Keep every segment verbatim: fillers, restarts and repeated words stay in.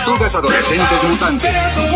Tortugas Adolescentes Mutantes.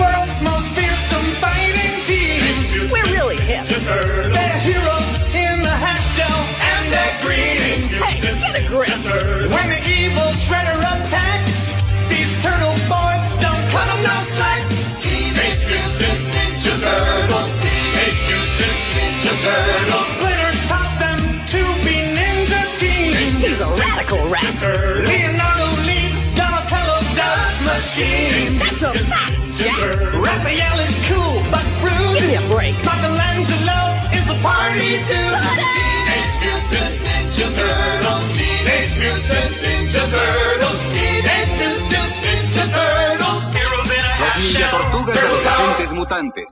We're really hip. They're heroes in the half shell and they're green. Hey, get a grip. When the evil shredder attacks, these turtle boys don't cut them no slack. Teenage Mutant Ninja Turtles. Teenage Mutant Ninja Turtles. Splinter taught them to be ninja teens. He's a radical rat. Leonardo leads Donatello does machines. That's a fact, Jack. Raphael is cool but rude. Give me a break. Michelangelo is the party dude. Teenage Mutant Ninja Turtles. Teenage Mutant Ninja Turtles. Teenage Mutant Ninja Turtles. Heroes in a Los half Ninja shell. Tortugas Turtle power. Adolescentes Mutantes.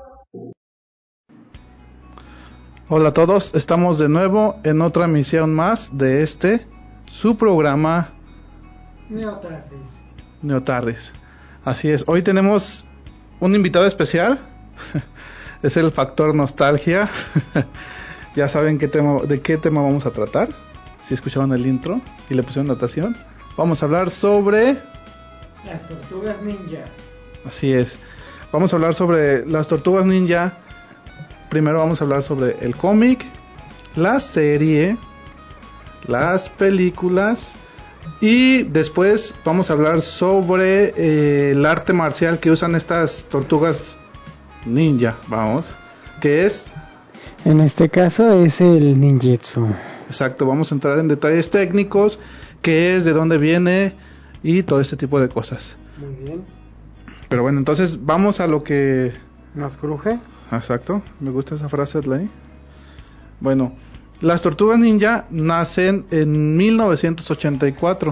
Hola a todos, estamos de nuevo en otra emisión más de este, su programa Neotardes. Neotardes. Así es, hoy tenemos un invitado especial, es el factor nostalgia. Ya saben qué tema, de qué tema vamos a tratar, si escucharon el intro y le pusieron notación. Vamos a hablar sobre... Las tortugas ninja. Así es, vamos a hablar sobre las tortugas ninja. Primero vamos a hablar sobre el cómic, la serie, las películas y después vamos a hablar sobre eh, el arte marcial que usan estas tortugas ninja, vamos, que es... En este caso es el ninjutsu. Exacto, vamos a entrar en detalles técnicos, qué es, de dónde viene y todo este tipo de cosas. Muy bien. Pero bueno, entonces vamos a lo que... ¿Nos cruje? Exacto, me gusta esa frase de ahí. Bueno, las tortugas ninja nacen en mil novecientos ochenta y cuatro.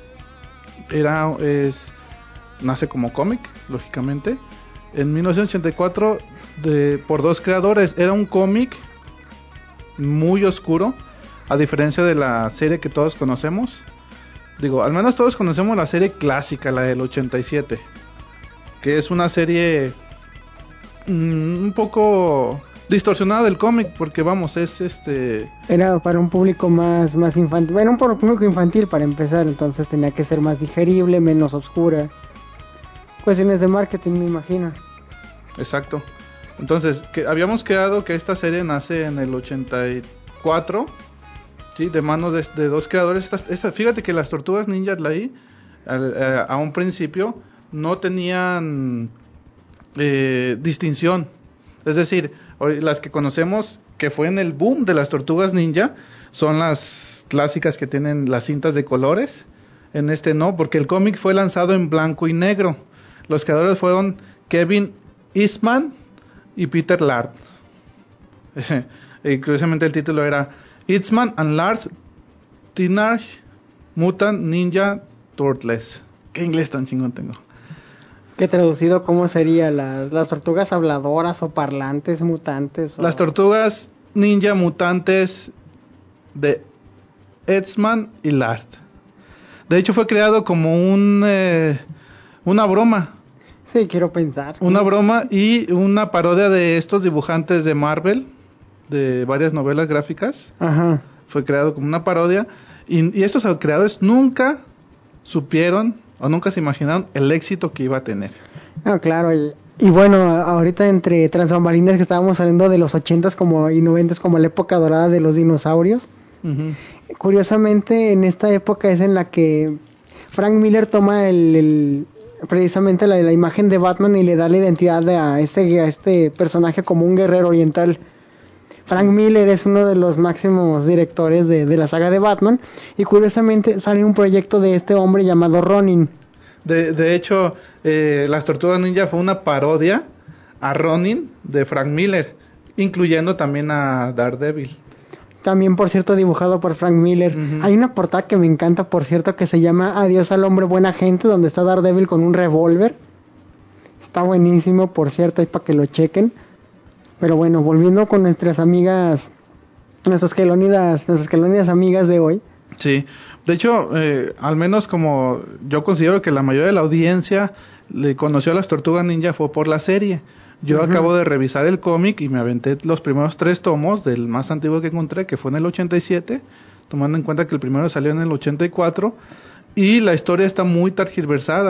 Era, es, nace como cómic, lógicamente. En mil novecientos ochenta y cuatro, de, por dos creadores. Era un cómic muy oscuro, a diferencia de la serie que todos conocemos. Digo, al menos todos conocemos la serie clásica, la del ochenta y siete, que es una serie un poco distorsionada del cómic, porque vamos, es este... Era para un público más, más infantil. Bueno, un público infantil para empezar, entonces tenía que ser más digerible, menos oscura. Cuestiones de marketing, me imagino. Exacto. Entonces, que habíamos quedado que esta serie nace en el ochenta y cuatro, ¿sí? De manos de, de dos creadores. Esta, esta, fíjate que las tortugas ninja ahí, a, a, a un principio, no tenían... Eh, distinción, es decir, hoy las que conocemos que fue en el boom de las tortugas ninja son las clásicas que tienen las cintas de colores. En este no, porque el cómic fue lanzado en blanco y negro. Los creadores fueron Kevin Eastman y Peter Laird. Y curiosamente el título era Eastman and Laird's Teenage Mutant Ninja Turtles. Qué inglés tan chingón tengo. ¿Qué traducido cómo sería? ¿Las, las tortugas habladoras o parlantes mutantes? O... Las tortugas ninja mutantes de Eastman y Laird. De hecho fue creado como un eh, una broma. Sí, quiero pensar. Una broma y una parodia de estos dibujantes de Marvel, de varias novelas gráficas. Ajá. Fue creado como una parodia. Y, y estos creadores nunca supieron o nunca se imaginaron el éxito que iba a tener. Ah, claro. Y, y bueno, ahorita entre tras bambalinas que estábamos saliendo de los ochentas como y noventas como la época dorada de los dinosaurios. Uh-huh. Curiosamente, en esta época es en la que Frank Miller toma el, el precisamente la, la imagen de Batman y le da la identidad de a este a este personaje como un guerrero oriental. Frank Miller es uno de los máximos directores de, de la saga de Batman y curiosamente sale un proyecto de este hombre llamado Ronin. De, de hecho, eh, las Tortugas Ninja fue una parodia a Ronin de Frank Miller, incluyendo también a Daredevil. También, por cierto, dibujado por Frank Miller. Uh-huh. Hay una portada que me encanta, por cierto, que se llama Adiós al hombre buena gente, donde está Daredevil con un revólver. Está buenísimo, por cierto, ahí para que lo chequen. Pero bueno, volviendo con nuestras amigas, nuestras quelónidas, nuestras quelónidas amigas de hoy. Sí, de hecho, eh, al menos como yo considero que la mayoría de la audiencia le conoció a las Tortugas Ninja fue por la serie. Yo uh-huh. acabo de revisar el cómic y me aventé los primeros tres tomos del más antiguo que encontré, que fue en el ochenta y siete, tomando en cuenta que el primero salió en el ochenta y cuatro, y la historia está muy tergiversada.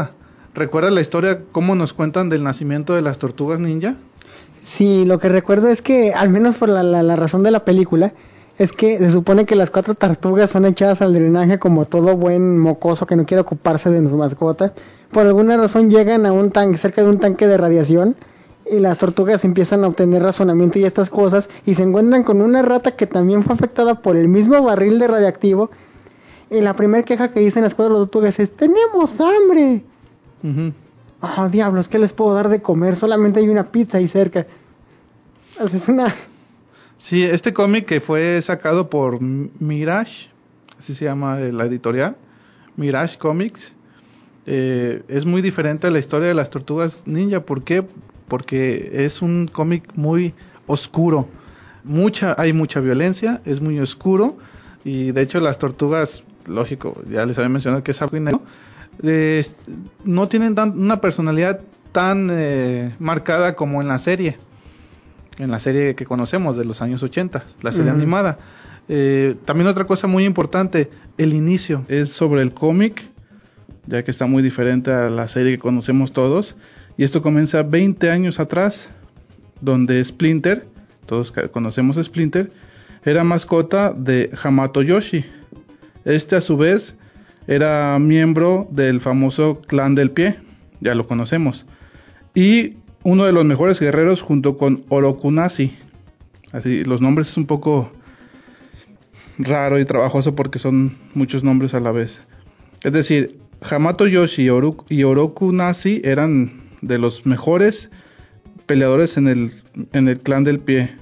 ¿Recuerdas la historia, cómo nos cuentan del nacimiento de las tortugas ninja? Sí, lo que recuerdo es que, al menos por la, la, la razón de la película, es que se supone que las cuatro tortugas son echadas al drenaje como todo buen mocoso que no quiere ocuparse de su mascota. Por alguna razón llegan a un tanque, cerca de un tanque de radiación, y las tortugas empiezan a obtener razonamiento y estas cosas, y se encuentran con una rata que también fue afectada por el mismo barril de radiactivo. Y la primera queja que dicen las cuatro tortugas es: ¡tenemos hambre! Uh-huh. Oh, diablos, ¿qué les puedo dar de comer? Solamente hay una pizza ahí cerca. Es una... Sí, este cómic que fue sacado por Mirage, así se llama la editorial, Mirage Comics, eh, es muy diferente a la historia de las tortugas ninja. ¿Por qué? Porque es un cómic muy oscuro. Mucha, hay mucha violencia, es muy oscuro, y de hecho las tortugas, lógico, ya les había mencionado que es algo negro, eh, no tienen tan, una personalidad tan eh, marcada como en la serie. En la serie que conocemos de los años ochenta, la serie uh-huh. animada. Eh, también otra cosa muy importante, el inicio es sobre el cómic, ya que está muy diferente a la serie que conocemos todos, y esto comienza veinte años atrás, donde Splinter, todos conocemos a Splinter, era mascota de Hamato Yoshi. Este a su vez era miembro del famoso Clan del Pie, ya lo conocemos, y uno de los mejores guerreros junto con Orokunasi. Así, los nombres es un poco raro y trabajoso porque son muchos nombres a la vez. Es decir, Hamato Yoshi y, Oro- y Orokunasi eran de los mejores peleadores en el, en el Clan del Pie.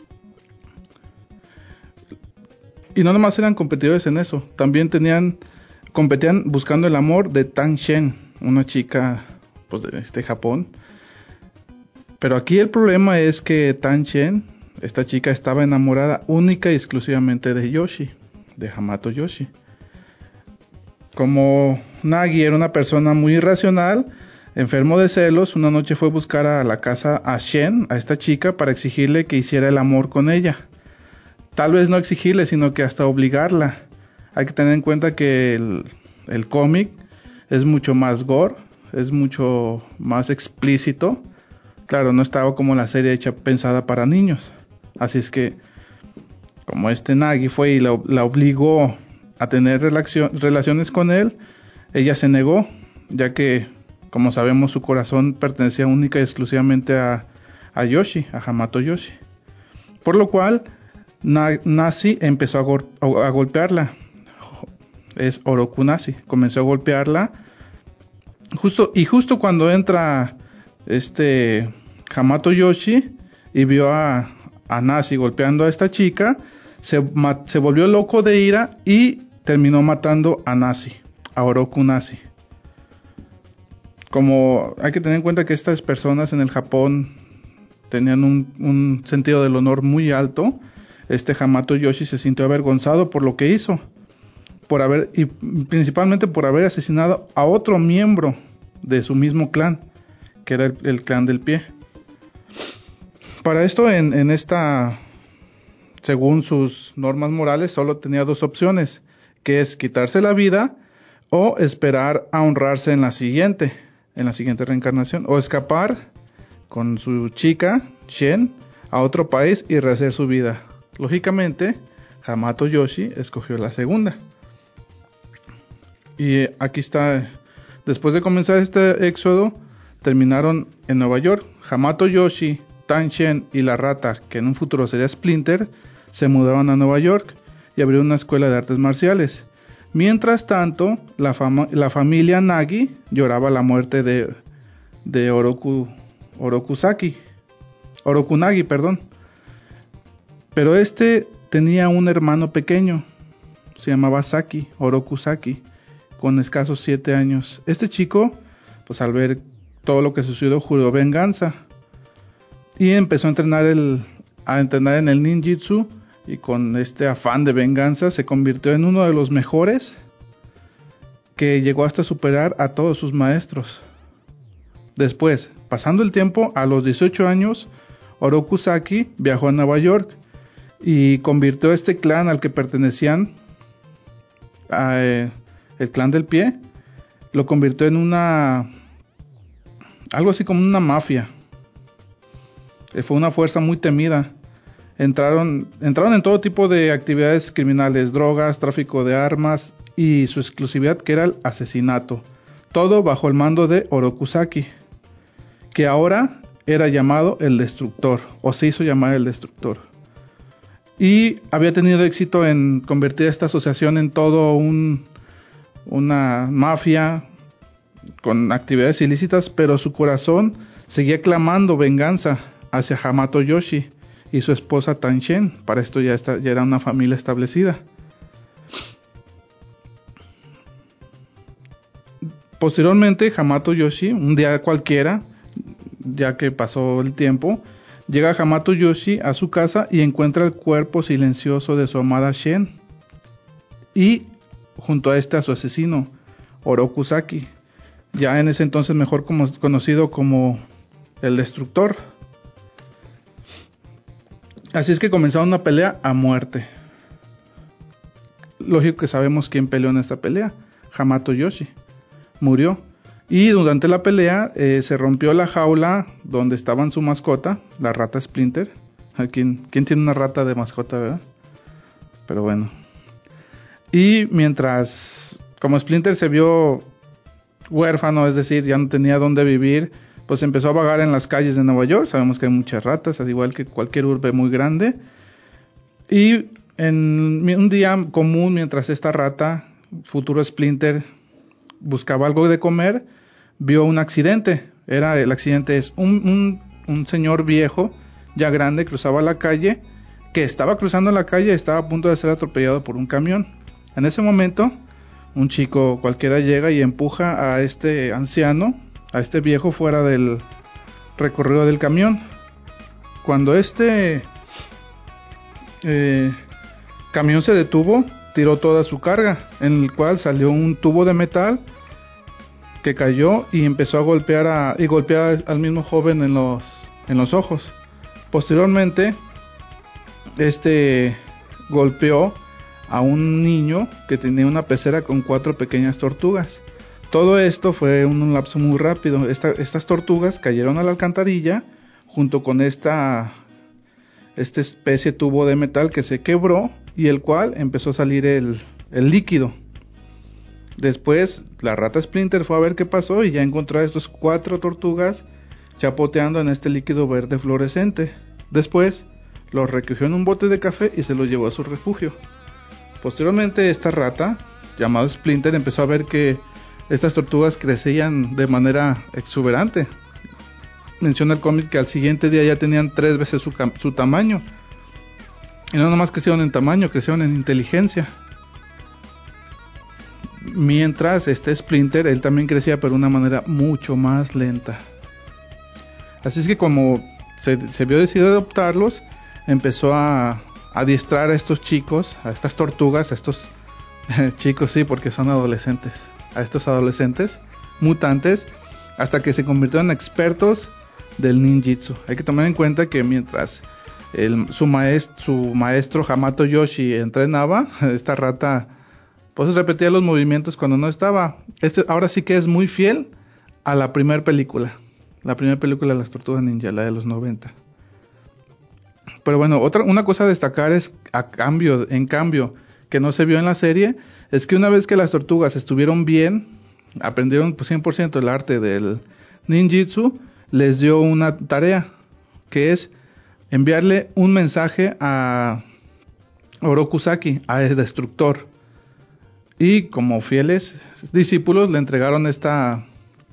Y no nomás eran competidores en eso, también tenían, competían buscando el amor de Tang Shen, una chica pues, de este Japón. Pero aquí el problema es que Tang Shen, esta chica, estaba enamorada única y exclusivamente de Yoshi, de Hamato Yoshi. Como Nagi era una persona muy irracional, enfermo de celos, una noche fue a buscar a la casa a Shen, a esta chica, para exigirle que hiciera el amor con ella. Tal vez no exigirle, sino que hasta obligarla. Hay que tener en cuenta que el, el cómic es mucho más gore, es mucho más explícito. Claro, no estaba como la serie hecha pensada para niños. Así es que, como este Nagi fue y la, la obligó a tener relacion, relaciones con él, ella se negó, ya que, como sabemos, su corazón pertenecía única y exclusivamente a, a Yoshi, a Hamato Yoshi. Por lo cual, Na, Nasi empezó a, go, a, a golpearla. Es Orokunasi. Comenzó a golpearla. Justo, y justo cuando entra este Hamato Yoshi y vio a, a Nasi golpeando a esta chica, se, ma, se volvió loco de ira y terminó matando a Nasi, a Orokunasi. Como hay que tener en cuenta que estas personas en el Japón tenían un, un sentido del honor muy alto, este Hamato Yoshi se sintió avergonzado por lo que hizo, por haber, y principalmente por haber asesinado a otro miembro de su mismo clan, que era el, el Clan del Pie. Para esto, en, en esta, según sus normas morales, solo tenía dos opciones, que es quitarse la vida o esperar a honrarse en la siguiente, en la siguiente reencarnación, o escapar con su chica, Shen, a otro país y rehacer su vida. Lógicamente, Hamato Yoshi escogió la segunda. Y aquí está, después de comenzar este éxodo, terminaron en Nueva York. Hamato Yoshi, Tang Shen y la rata, que en un futuro sería Splinter, se mudaron a Nueva York y abrieron una escuela de artes marciales. Mientras tanto, la, fama, la familia Nagi lloraba la muerte de, de Oroku, Orokusaki, Orokunagi, perdón. Pero este tenía un hermano pequeño, se llamaba Saki, Orokusaki, con escasos siete años. Este chico, pues al ver todo lo que sucedió, juró venganza y empezó a entrenar, el, a entrenar en el ninjutsu, y con este afán de venganza se convirtió en uno de los mejores, que llegó hasta superar a todos sus maestros. Después, pasando el tiempo, a los dieciocho años, Orokusaki viajó a Nueva York y convirtió a este clan al que pertenecían, a, eh, el Clan del Pie, lo convirtió en una algo así como una mafia. Eh, fue una fuerza muy temida. Entraron, entraron en todo tipo de actividades criminales, drogas, tráfico de armas y su exclusividad que era el asesinato. Todo bajo el mando de Orokusaki, que ahora era llamado el Destructor, o se hizo llamar el Destructor. Y había tenido éxito en convertir esta asociación en todo un, una mafia con actividades ilícitas, pero su corazón seguía clamando venganza hacia Hamato Yoshi y su esposa Tanshen. Para esto ya, está, ya era una familia establecida. Posteriormente, Hamato Yoshi, un día cualquiera, ya que pasó el tiempo, llega Hamato Yoshi a su casa y encuentra el cuerpo silencioso de su amada Shen. Y junto a este a su asesino, Orokusaki, ya en ese entonces mejor como, conocido como el Destructor. Así es que comenzaron una pelea a muerte. Lógico que sabemos quién peleó en esta pelea. Hamato Yoshi murió. Y durante la pelea eh, se rompió la jaula donde estaban su mascota, la rata Splinter. ¿Quién, quién tiene una rata de mascota, verdad? Pero bueno. Y mientras, como Splinter se vio huérfano, es decir, ya no tenía dónde vivir, pues empezó a vagar en las calles de Nueva York. Sabemos que hay muchas ratas, al igual que cualquier urbe muy grande. Y en un día común, mientras esta rata, futuro Splinter, buscaba algo de comer, vio un accidente. Era el accidente es un, un, un señor viejo, ya grande, cruzaba la calle, que estaba cruzando la calle, estaba a punto de ser atropellado por un camión. En ese momento, un chico cualquiera llega y empuja a este anciano, a este viejo, fuera del recorrido del camión. Cuando este eh, camión se detuvo, tiró toda su carga, en el cual salió un tubo de metal que cayó y empezó a golpear a, y golpear al mismo joven en los, en los ojos. Posteriormente, este golpeó a un niño que tenía una pecera con cuatro pequeñas tortugas. Todo esto fue en un lapso muy rápido. Esta, estas tortugas cayeron a la alcantarilla junto con esta, esta especie de tubo de metal que se quebró y el cual empezó a salir el, el líquido. Después la rata Splinter fue a ver qué pasó y ya encontró a estos cuatro tortugas chapoteando en este líquido verde fluorescente. Después los recogió en un bote de café y se los llevó a su refugio. Posteriormente esta rata, llamada Splinter, empezó a ver que estas tortugas crecían de manera exuberante. Menciona el cómic que al siguiente día ya tenían tres veces su, su tamaño. Y no nomás crecieron en tamaño, crecieron en inteligencia. Mientras este Splinter, él también crecía pero de una manera mucho más lenta. Así es que como se, se vio decidido adoptarlos, empezó a, a adiestrar a estos chicos, a estas tortugas, a estos eh, chicos sí, porque son adolescentes, a estos adolescentes mutantes, hasta que se convirtieron en expertos del ninjitsu. Hay que tomar en cuenta que mientras el, su, maest, su maestro Hamato Yoshi entrenaba, esta rata pues repetía los movimientos cuando no estaba. Este ahora sí que es muy fiel a la primera película, la primera película de las Tortugas Ninja, la de los noventa. Pero bueno, otra una cosa a destacar es a cambio, en cambio, que no se vio en la serie, es que una vez que las tortugas estuvieron bien, aprendieron pues, cien por ciento el arte del ninjitsu, les dio una tarea, que es enviarle un mensaje a Orokusaki, a el Destructor. Y como fieles discípulos le entregaron esta,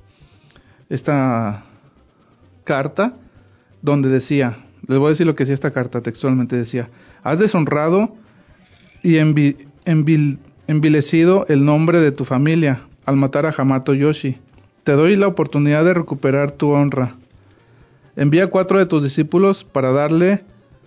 esta carta donde decía, les voy a decir lo que decía esta carta, textualmente decía: has deshonrado y envi, envil, envilecido el nombre de tu familia al matar a Hamato Yoshi. Te doy la oportunidad de recuperar tu honra. Envía cuatro de tus discípulos para darle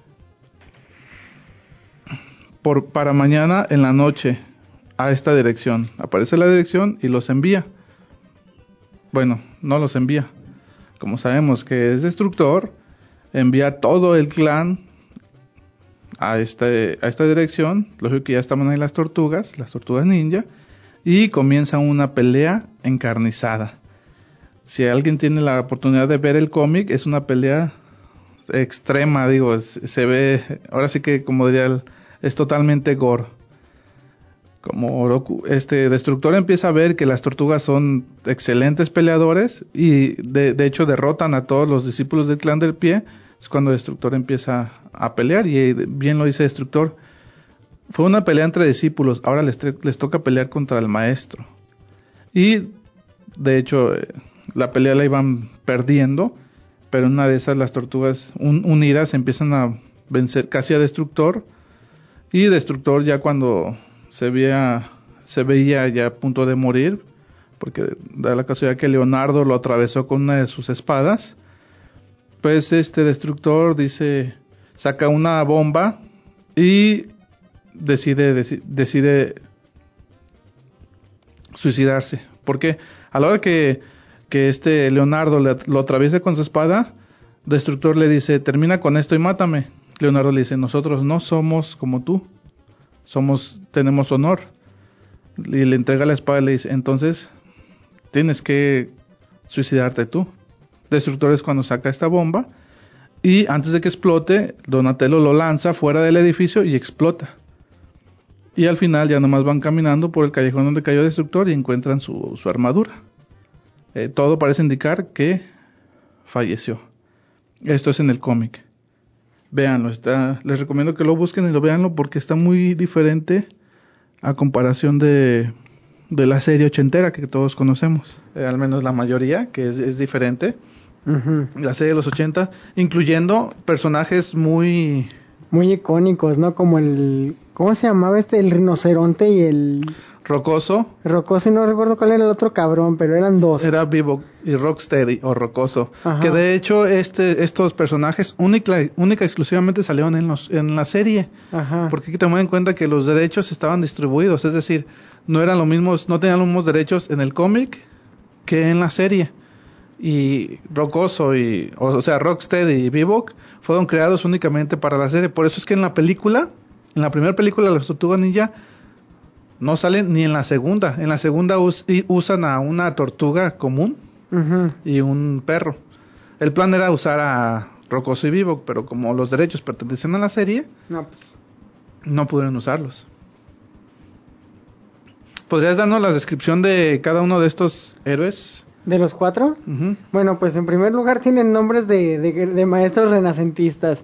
por, para mañana en la noche a esta dirección. Aparece la dirección y los envía. Bueno, no los envía. Como sabemos que es Destructor, envía todo el clan a, este, a esta dirección. Lógico que ya estaban ahí las tortugas, las tortugas ninja, y comienza una pelea encarnizada. Si alguien tiene la oportunidad de ver el cómic, es una pelea extrema, digo, es, se ve, ahora sí que como diría, el, es totalmente gore. Como Oroku, este Destructor empieza a ver que las tortugas son excelentes peleadores y de, de hecho derrotan a todos los discípulos del clan del pie, es cuando Destructor empieza a pelear y bien lo dice Destructor. Fue una pelea entre discípulos, ahora les, les toca pelear contra el maestro. Y de hecho eh, la pelea la iban perdiendo, pero en una de esas las tortugas un, unidas empiezan a vencer casi a Destructor. Y Destructor ya cuando se veía, se veía ya a punto de morir, porque da la casualidad que Leonardo lo atravesó con una de sus espadas, pues este Destructor dice, saca una bomba y decide, deci- decide suicidarse. Porque a la hora que, que este Leonardo le, lo atraviesa con su espada, Destructor le dice, termina con esto y mátame. Leonardo le dice, nosotros no somos como tú, somos, tenemos honor. Y le entrega la espada y le dice, entonces tienes que suicidarte tú. Destructor es cuando saca esta bomba y antes de que explote, Donatello lo lanza fuera del edificio y explota. Y al final ya nomás van caminando por el callejón donde cayó Destructor y encuentran su, su armadura. Eh, todo parece indicar que falleció. Esto es en el cómic. Véanlo, está, les recomiendo que lo busquen y lo véanlo porque está muy diferente a comparación de, de la serie ochentera que todos conocemos. Eh, al menos la mayoría, que es, es diferente. Uh-huh. La serie de los ochenta, incluyendo personajes muy... Muy icónicos, ¿no? Como el... ¿Cómo se llamaba este? El rinoceronte y el... Rocoso. Rocoso, y no recuerdo cuál era el otro cabrón, pero eran dos. Era Vivo y Rocksteady o Rocoso. Ajá. Que de hecho este, estos personajes única, única y exclusivamente salieron en, los, en la serie. Ajá. Porque hay que tomar en cuenta que los derechos estaban distribuidos. Es decir, no eran los mismos, no tenían los mismos derechos en el cómic que en la serie. Y Rocoso y, o sea, Rocksteady y Bebop fueron creados únicamente para la serie. Por eso es que en la película, en la primera película de las Tortugas Ninja, no salen ni en la segunda. En la segunda us, usan a una tortuga común uh-huh. y un perro. El plan era usar a Rocoso y Bebop, pero como los derechos pertenecen a la serie, no, pues. no pudieron usarlos. ¿Podrías darnos la descripción de cada uno de estos héroes? ¿De los cuatro? Uh-huh. Bueno, pues en primer lugar tienen nombres de, de, de maestros renacentistas.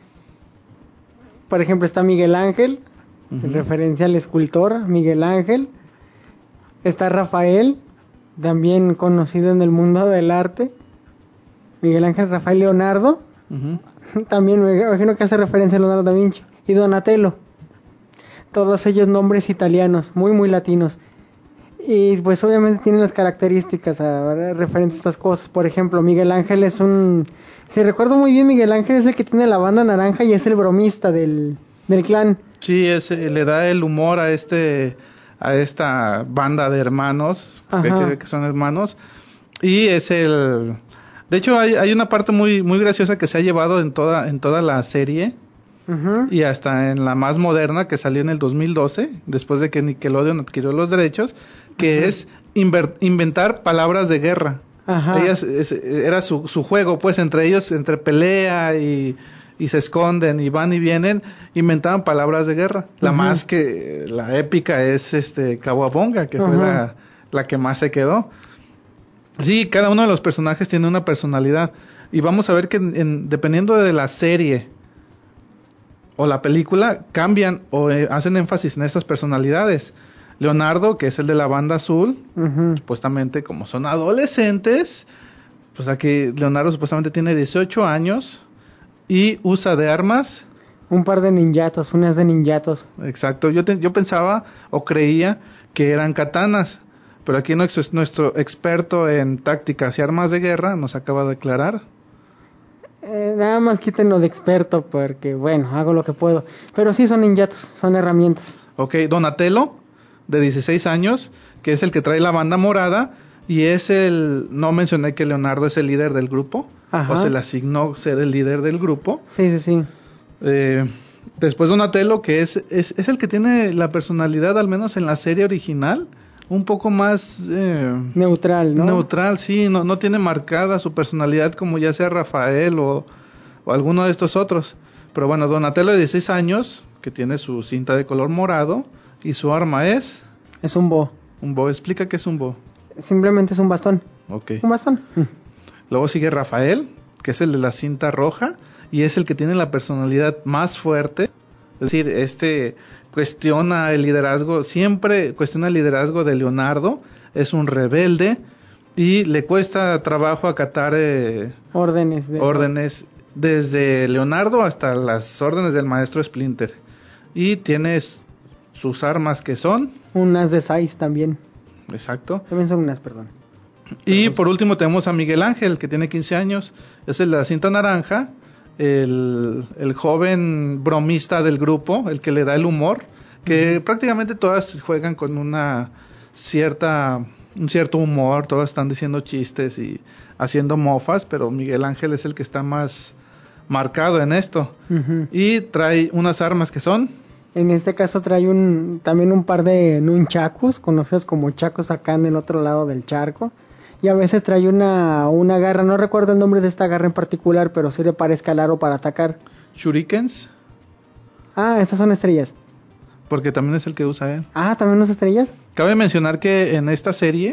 Por ejemplo, está Miguel Ángel, uh-huh. en referencia al escultor Miguel Ángel. Está Rafael, también conocido en el mundo del arte. Miguel Ángel Rafael Leonardo, uh-huh. también me imagino que hace referencia a Leonardo da Vinci. Y Donatello. Todos ellos nombres italianos, muy muy latinos. Y pues obviamente tienen las características a, referentes a estas cosas. Por ejemplo, Miguel Ángel es un... Si recuerdo muy bien, Miguel Ángel es el que tiene la banda naranja y es el bromista del, del clan. Sí, es, le da el humor a este a esta banda de hermanos, que, que son hermanos. Y es el... De hecho, hay, hay una parte muy muy graciosa que se ha llevado en toda en toda la serie. Uh-huh. Y hasta en la más moderna que salió en el dos mil doce, después de que Nickelodeon adquirió los derechos, que uh-huh. es inver- inventar palabras de guerra. Uh-huh. Ellas, es, era su, su juego, pues entre ellos, entre pelea y, y se esconden y van y vienen, inventaban palabras de guerra. La uh-huh. más que, la épica es este Kawabonga, que uh-huh. fue la, la que más se quedó. Sí, cada uno de los personajes tiene una personalidad. Y vamos a ver que en, en, dependiendo de la serie o la película, cambian o eh, hacen énfasis en estas personalidades. Leonardo, que es el de la banda azul, uh-huh. supuestamente como son adolescentes, pues aquí Leonardo supuestamente tiene dieciocho años y usa de armas un par de ninjatos, unas de ninjatos. Exacto, yo te, yo pensaba o creía que eran katanas, pero aquí nuestro, nuestro experto en tácticas y armas de guerra nos acaba de aclarar. Eh, nada más quítenlo de experto porque, bueno, hago lo que puedo. Pero sí son ninjatos, son herramientas. Ok, Donatello, de dieciséis años, que es el que trae la banda morada, y es el... No mencioné que Leonardo es el líder del grupo, Ajá. o se le asignó ser el líder del grupo. Sí, sí, sí. Eh, después Donatello, que es, es, es el que tiene la personalidad, al menos en la serie original, un poco más eh, Neutral, ¿no? neutral, sí, no, no tiene marcada su personalidad como ya sea Rafael o, o alguno de estos otros. Pero bueno, Donatello de dieciséis años, que tiene su cinta de color morado, y su arma es... Es un bo. Un bo, explica qué es un bo. Simplemente es un bastón. Ok. Un bastón. Luego sigue Rafael, que es el de la cinta roja, y es el que tiene la personalidad más fuerte. Es decir, este cuestiona el liderazgo, siempre cuestiona el liderazgo de Leonardo, es un rebelde, y le cuesta trabajo acatar eh, Órdenes. De... órdenes desde Leonardo hasta las órdenes del maestro Splinter. Y tiene sus armas que son... Unas de seis también. Exacto. También son unas, perdón. Y por último tenemos a Miguel Ángel, que tiene quince años, es el de la cinta naranja, el, el joven bromista del grupo, el que le da el humor, que uh-huh. prácticamente todas juegan con una cierta, un cierto humor, todas están diciendo chistes y haciendo mofas, pero Miguel Ángel es el que está más marcado en esto. Uh-huh. Y trae unas armas que son... En este caso trae un también un par de nunchakus, conocidos como chacos acá en el otro lado del charco. Y a veces trae una, una garra, no recuerdo el nombre de esta garra en particular, pero sirve para escalar o para atacar. ¿Shurikens? Ah, estas son estrellas. Porque también es el que usa él. Ah, ¿también usa estrellas? Cabe mencionar que en esta serie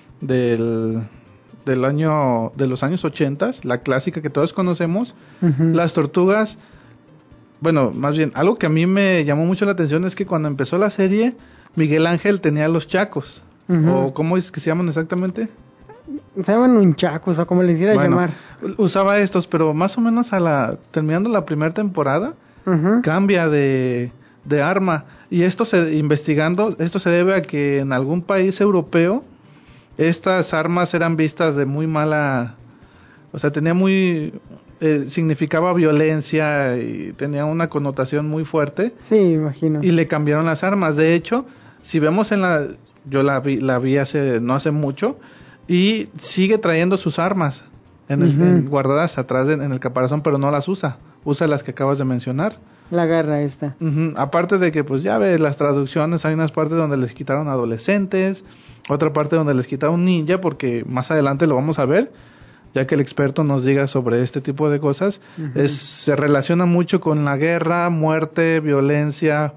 del, del año, de los años ochenta, la clásica que todos conocemos, uh-huh. las tortugas... Bueno, más bien, algo que a mí me llamó mucho la atención es que cuando empezó la serie, Miguel Ángel tenía los chacos. Uh-huh. ¿O cómo es que se llaman exactamente? Se llaman nunchakus, o como les quieras bueno, llamar. Usaba estos, pero más o menos a la terminando la primera temporada, uh-huh. cambia de, de arma. Y esto se investigando, esto se debe a que en algún país europeo estas armas eran vistas de muy mala... O sea, tenía muy... Eh, significaba violencia y tenía una connotación muy fuerte. Sí, imagino. Y le cambiaron las armas. De hecho, si vemos en la... Yo la vi, la vi hace no hace mucho y sigue trayendo sus armas en el, uh-huh. en, guardadas atrás de, en el caparazón, pero no las usa. Usa las que acabas de mencionar. La garra esta. Uh-huh. Aparte de que, pues ya ves, las traducciones, hay unas partes donde les quitaron adolescentes, otra parte donde les quitaron ninja, porque más adelante lo vamos a ver, ya que el experto nos diga sobre este tipo de cosas. Uh-huh. es, se relaciona mucho con la guerra, muerte, violencia,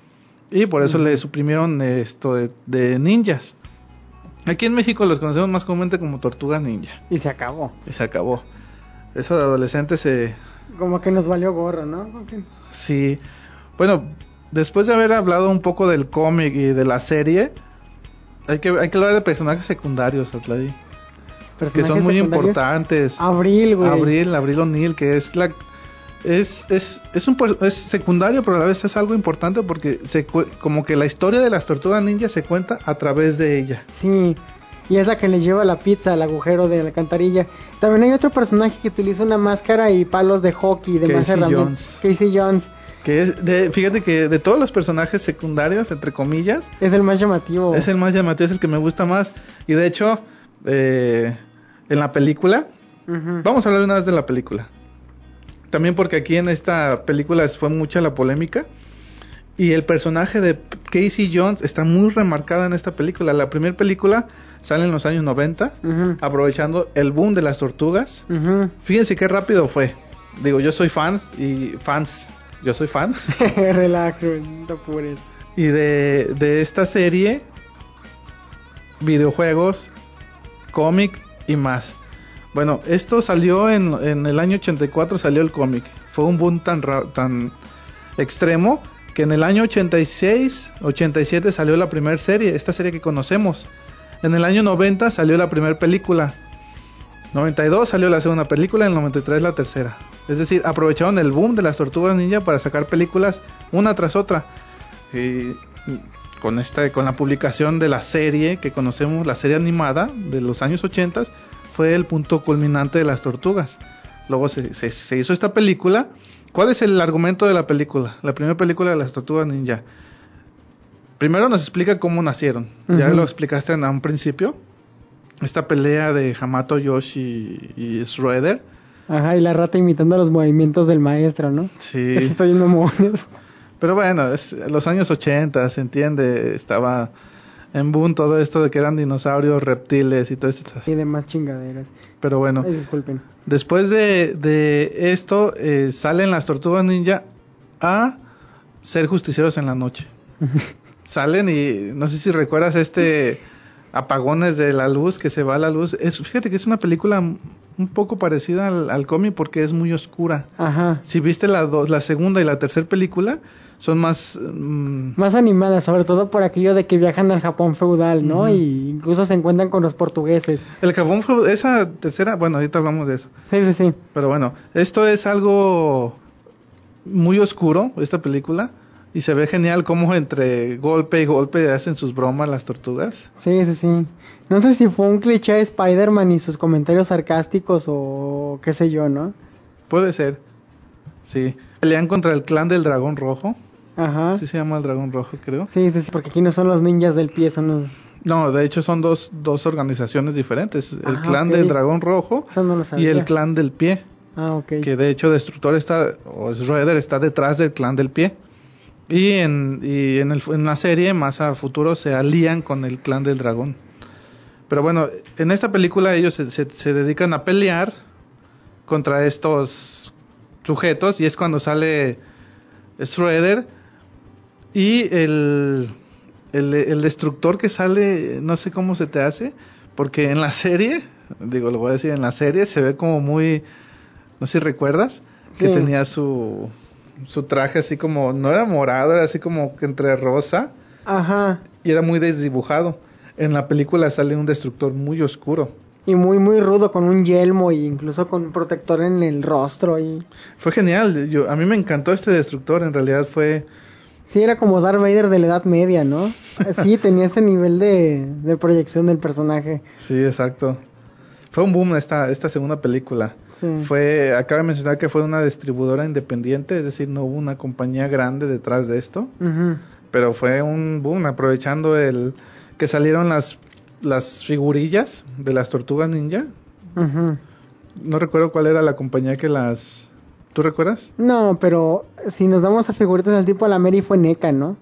y por eso uh-huh. le suprimieron esto de, de ninjas. Aquí en México los conocemos más comúnmente como tortugas ninja. Y se acabó. Y se acabó. Eso de adolescentes se... Como que nos valió gorro, ¿no? Okay. Sí. Bueno, después de haber hablado un poco del cómic y de la serie, hay que, hay que hablar de personajes secundarios, Atladi. Que son muy importantes. Abril, güey. Abril, Abril O'Neil, que es la es es es un es secundario, pero a la vez es algo importante porque se como que la historia de las tortugas ninja se cuenta a través de ella. Sí. Y es la que le lleva la pizza al agujero de la alcantarilla. También hay otro personaje que utiliza una máscara y palos de hockey de más herramientas. Casey Jones. Que es de, fíjate que de todos los personajes secundarios, entre comillas, es el más llamativo. Es el más llamativo, es el que me gusta más. Y de hecho, eh, en la película, uh-huh. vamos a hablar una vez de la película. También porque aquí en esta película fue mucha la polémica. Y el personaje de Casey Jones está muy remarcada en esta película. La primera película sale en los años noventa, uh-huh. aprovechando el boom de las tortugas. Uh-huh. Fíjense qué rápido fue. Digo, yo soy fans y fans. Yo soy fan. Relax, no apures. Y de, de esta serie, videojuegos, cómic y más. Bueno, esto salió en, en el año ochenta y cuatro, salió el cómic. Fue un boom tan, tan extremo que en el año ochenta y seis, ochenta y siete salió la primera serie, esta serie que conocemos. En el año noventa salió la primera película. noventa y dos salió la segunda película, en el noventa y tres la tercera. Es decir, aprovecharon el boom de las tortugas ninja para sacar películas una tras otra. Y con esta, con la publicación de la serie que conocemos, la serie animada de los años ochenta, fue el punto culminante de las tortugas. Luego se, se, se hizo esta película. ¿Cuál es el argumento de la película? La primera película de las tortugas ninja. Primero nos explica cómo nacieron. Uh-huh. Ya lo explicaste en un principio. Esta pelea de Hamato Yoshi y Shredder. Ajá, y la rata imitando los movimientos del maestro, ¿no? Sí. Eso estoy viendo monos. Pero bueno, es los años ochenta, se entiende, estaba en Boom todo esto de que eran dinosaurios, reptiles y todo esto. Y demás chingaderas. Pero bueno, Ay, disculpen. después de, de esto eh, salen las tortugas ninja a ser justicieros en la noche. Salen y no sé si recuerdas este apagones de la luz, que se va la luz. Es, fíjate que es una película un poco parecida al, al cómic porque es muy oscura. Ajá. Si viste la, dos, la segunda y la tercera película, son más... Mmm... Más animadas, sobre todo por aquello de que viajan al Japón feudal, ¿no? Uh-huh. Y incluso se encuentran con los portugueses. El Japón feudal, esa tercera, bueno, ahorita hablamos de eso. Sí, sí, sí. Pero bueno, esto es algo muy oscuro, esta película. Y se ve genial cómo entre golpe y golpe hacen sus bromas las tortugas. Sí, sí, sí. No sé si fue un cliché de Spider-Man y sus comentarios sarcásticos o qué sé yo, ¿no? Puede ser. Sí. Pelean contra el clan del dragón rojo. Ajá. Sí se llama el dragón rojo, creo. Sí, sí, sí, porque aquí no son los ninjas del pie, son los... No, de hecho son dos, dos organizaciones diferentes. El ah, clan okay. del dragón rojo Eso no lo sabía. Y el clan del pie. Ah, ok. Que de hecho Destructor está, o Shredder está detrás del clan del pie. Y en, y en, el, en la serie, más a futuro, se alían con el clan del dragón. Pero bueno, en esta película ellos se, se, se dedican a pelear contra estos sujetos. Y es cuando sale Shredder. Y el, el, el destructor que sale, no sé cómo se te hace. Porque en la serie, digo, lo voy a decir, en la serie se ve como muy... No sé si recuerdas, sí. Que tenía su... su traje así como, no era morado, era así como entre rosa. Ajá. Y era muy desdibujado. En la película sale un destructor muy oscuro. Y muy, muy rudo, con un yelmo e incluso con un protector en el rostro. Y... Fue genial, yo, a mí me encantó este destructor, en realidad fue... Sí, era como Darth Vader de la Edad Media, ¿no? Sí, tenía ese nivel de, de proyección del personaje. Sí, exacto. Fue un boom esta, esta segunda película. Sí. Fue, acaba de mencionar que fue una distribuidora independiente, es decir, no hubo una compañía grande detrás de esto, uh-huh. Pero fue un boom, aprovechando el que salieron las las figurillas de las tortugas ninja. Uh-huh. No recuerdo cuál era la compañía que las... ¿Tú recuerdas? No, pero si nos damos a figuritas del tipo, la Mary fue NECA, ¿no?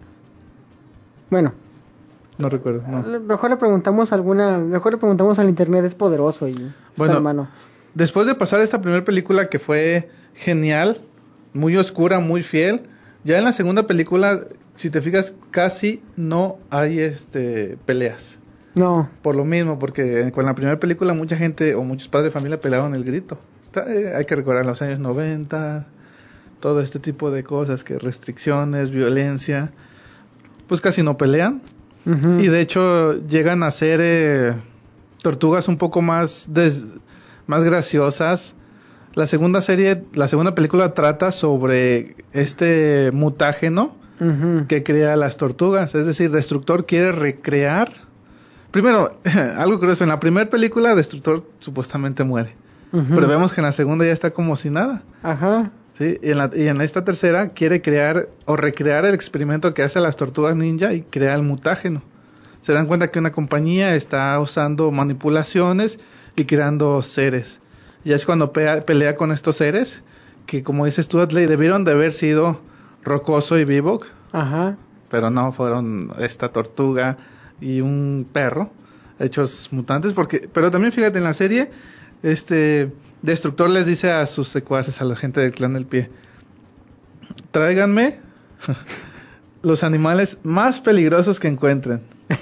Bueno. No recuerdo, no. Mejor le preguntamos alguna, mejor le preguntamos al internet, es poderoso y bueno, está en mano. Después de pasar esta primera película que fue genial, muy oscura, muy fiel, ya en la segunda película, si te fijas, casi no hay este peleas. No. Por lo mismo, porque con la primera película mucha gente o muchos padres de familia peleaban el grito. Está, eh, hay que recordar los años noventa, todo este tipo de cosas, que restricciones, violencia, pues casi no pelean. Uh-huh. Y de hecho llegan a ser eh, tortugas un poco más des, más graciosas. La segunda serie, la segunda película trata sobre este mutágeno uh-huh. que crea las tortugas. Es decir, Destructor quiere recrear. Primero, algo curioso, en la primera película Destructor supuestamente muere. Uh-huh. Pero vemos que en la segunda ya está como si nada. Ajá. Sí, y en, la, y en esta tercera quiere crear o recrear el experimento que hace las tortugas ninja y crea el mutágeno. Se dan cuenta que una compañía está usando manipulaciones y creando seres. Y es cuando pelea, pelea con estos seres que, como dices tú, Atley, debieron de haber sido Rocoso y Bebop. Ajá. Pero no, fueron esta tortuga y un perro hechos mutantes. Porque, pero también fíjate, en la serie este Destructor les dice a sus secuaces, a la gente del clan del pie, tráiganme los animales más peligrosos que encuentren.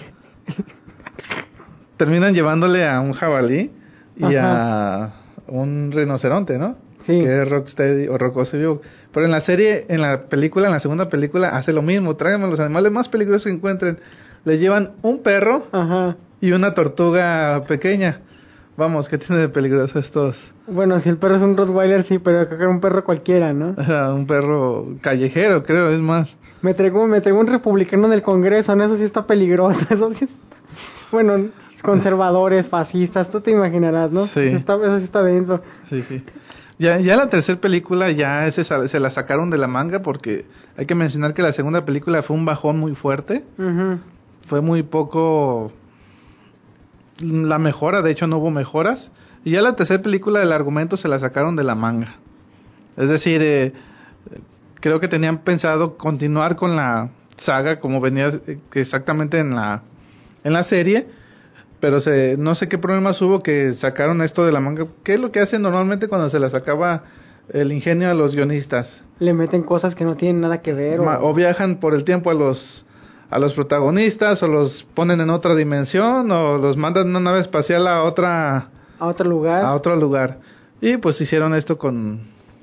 Terminan llevándole a un jabalí y Ajá. a un rinoceronte, ¿no? Sí. Que es Rocksteady o Rocoso y Bebop. Pero en la serie, en la película, en la segunda película, hace lo mismo. Tráiganme los animales más peligrosos que encuentren. Le llevan un perro Ajá. y una tortuga pequeña. Vamos, ¿qué tiene de peligroso estos? Bueno, si el perro es un Rottweiler, sí, pero creo que era un perro cualquiera, ¿no? Un perro callejero, creo, es más. Me traigo, me traigo un republicano del Congreso, ¿no? Eso sí está peligroso, eso sí está... Bueno, conservadores, fascistas, tú te imaginarás, ¿no? Sí. Eso, está, eso sí está denso. Sí, sí. Ya, ya la tercera película ya se, se la sacaron de la manga porque hay que mencionar que la segunda película fue un bajón muy fuerte. Uh-huh. Fue muy poco... la mejora, de hecho no hubo mejoras. Y ya la tercera película, el argumento se la sacaron de la manga. Es decir, eh, creo que tenían pensado continuar con la saga como venía exactamente en la en la serie, pero se, no sé qué problemas hubo que sacaron esto de la manga. ¿Qué es lo que hacen normalmente cuando se les acaba el ingenio a los guionistas? Le meten cosas que no tienen nada que ver. O, Ma- o viajan por el tiempo a los a los protagonistas, o los ponen en otra dimensión, o los mandan en una nave espacial a otra a otro lugar. a otro lugar. Y pues hicieron esto con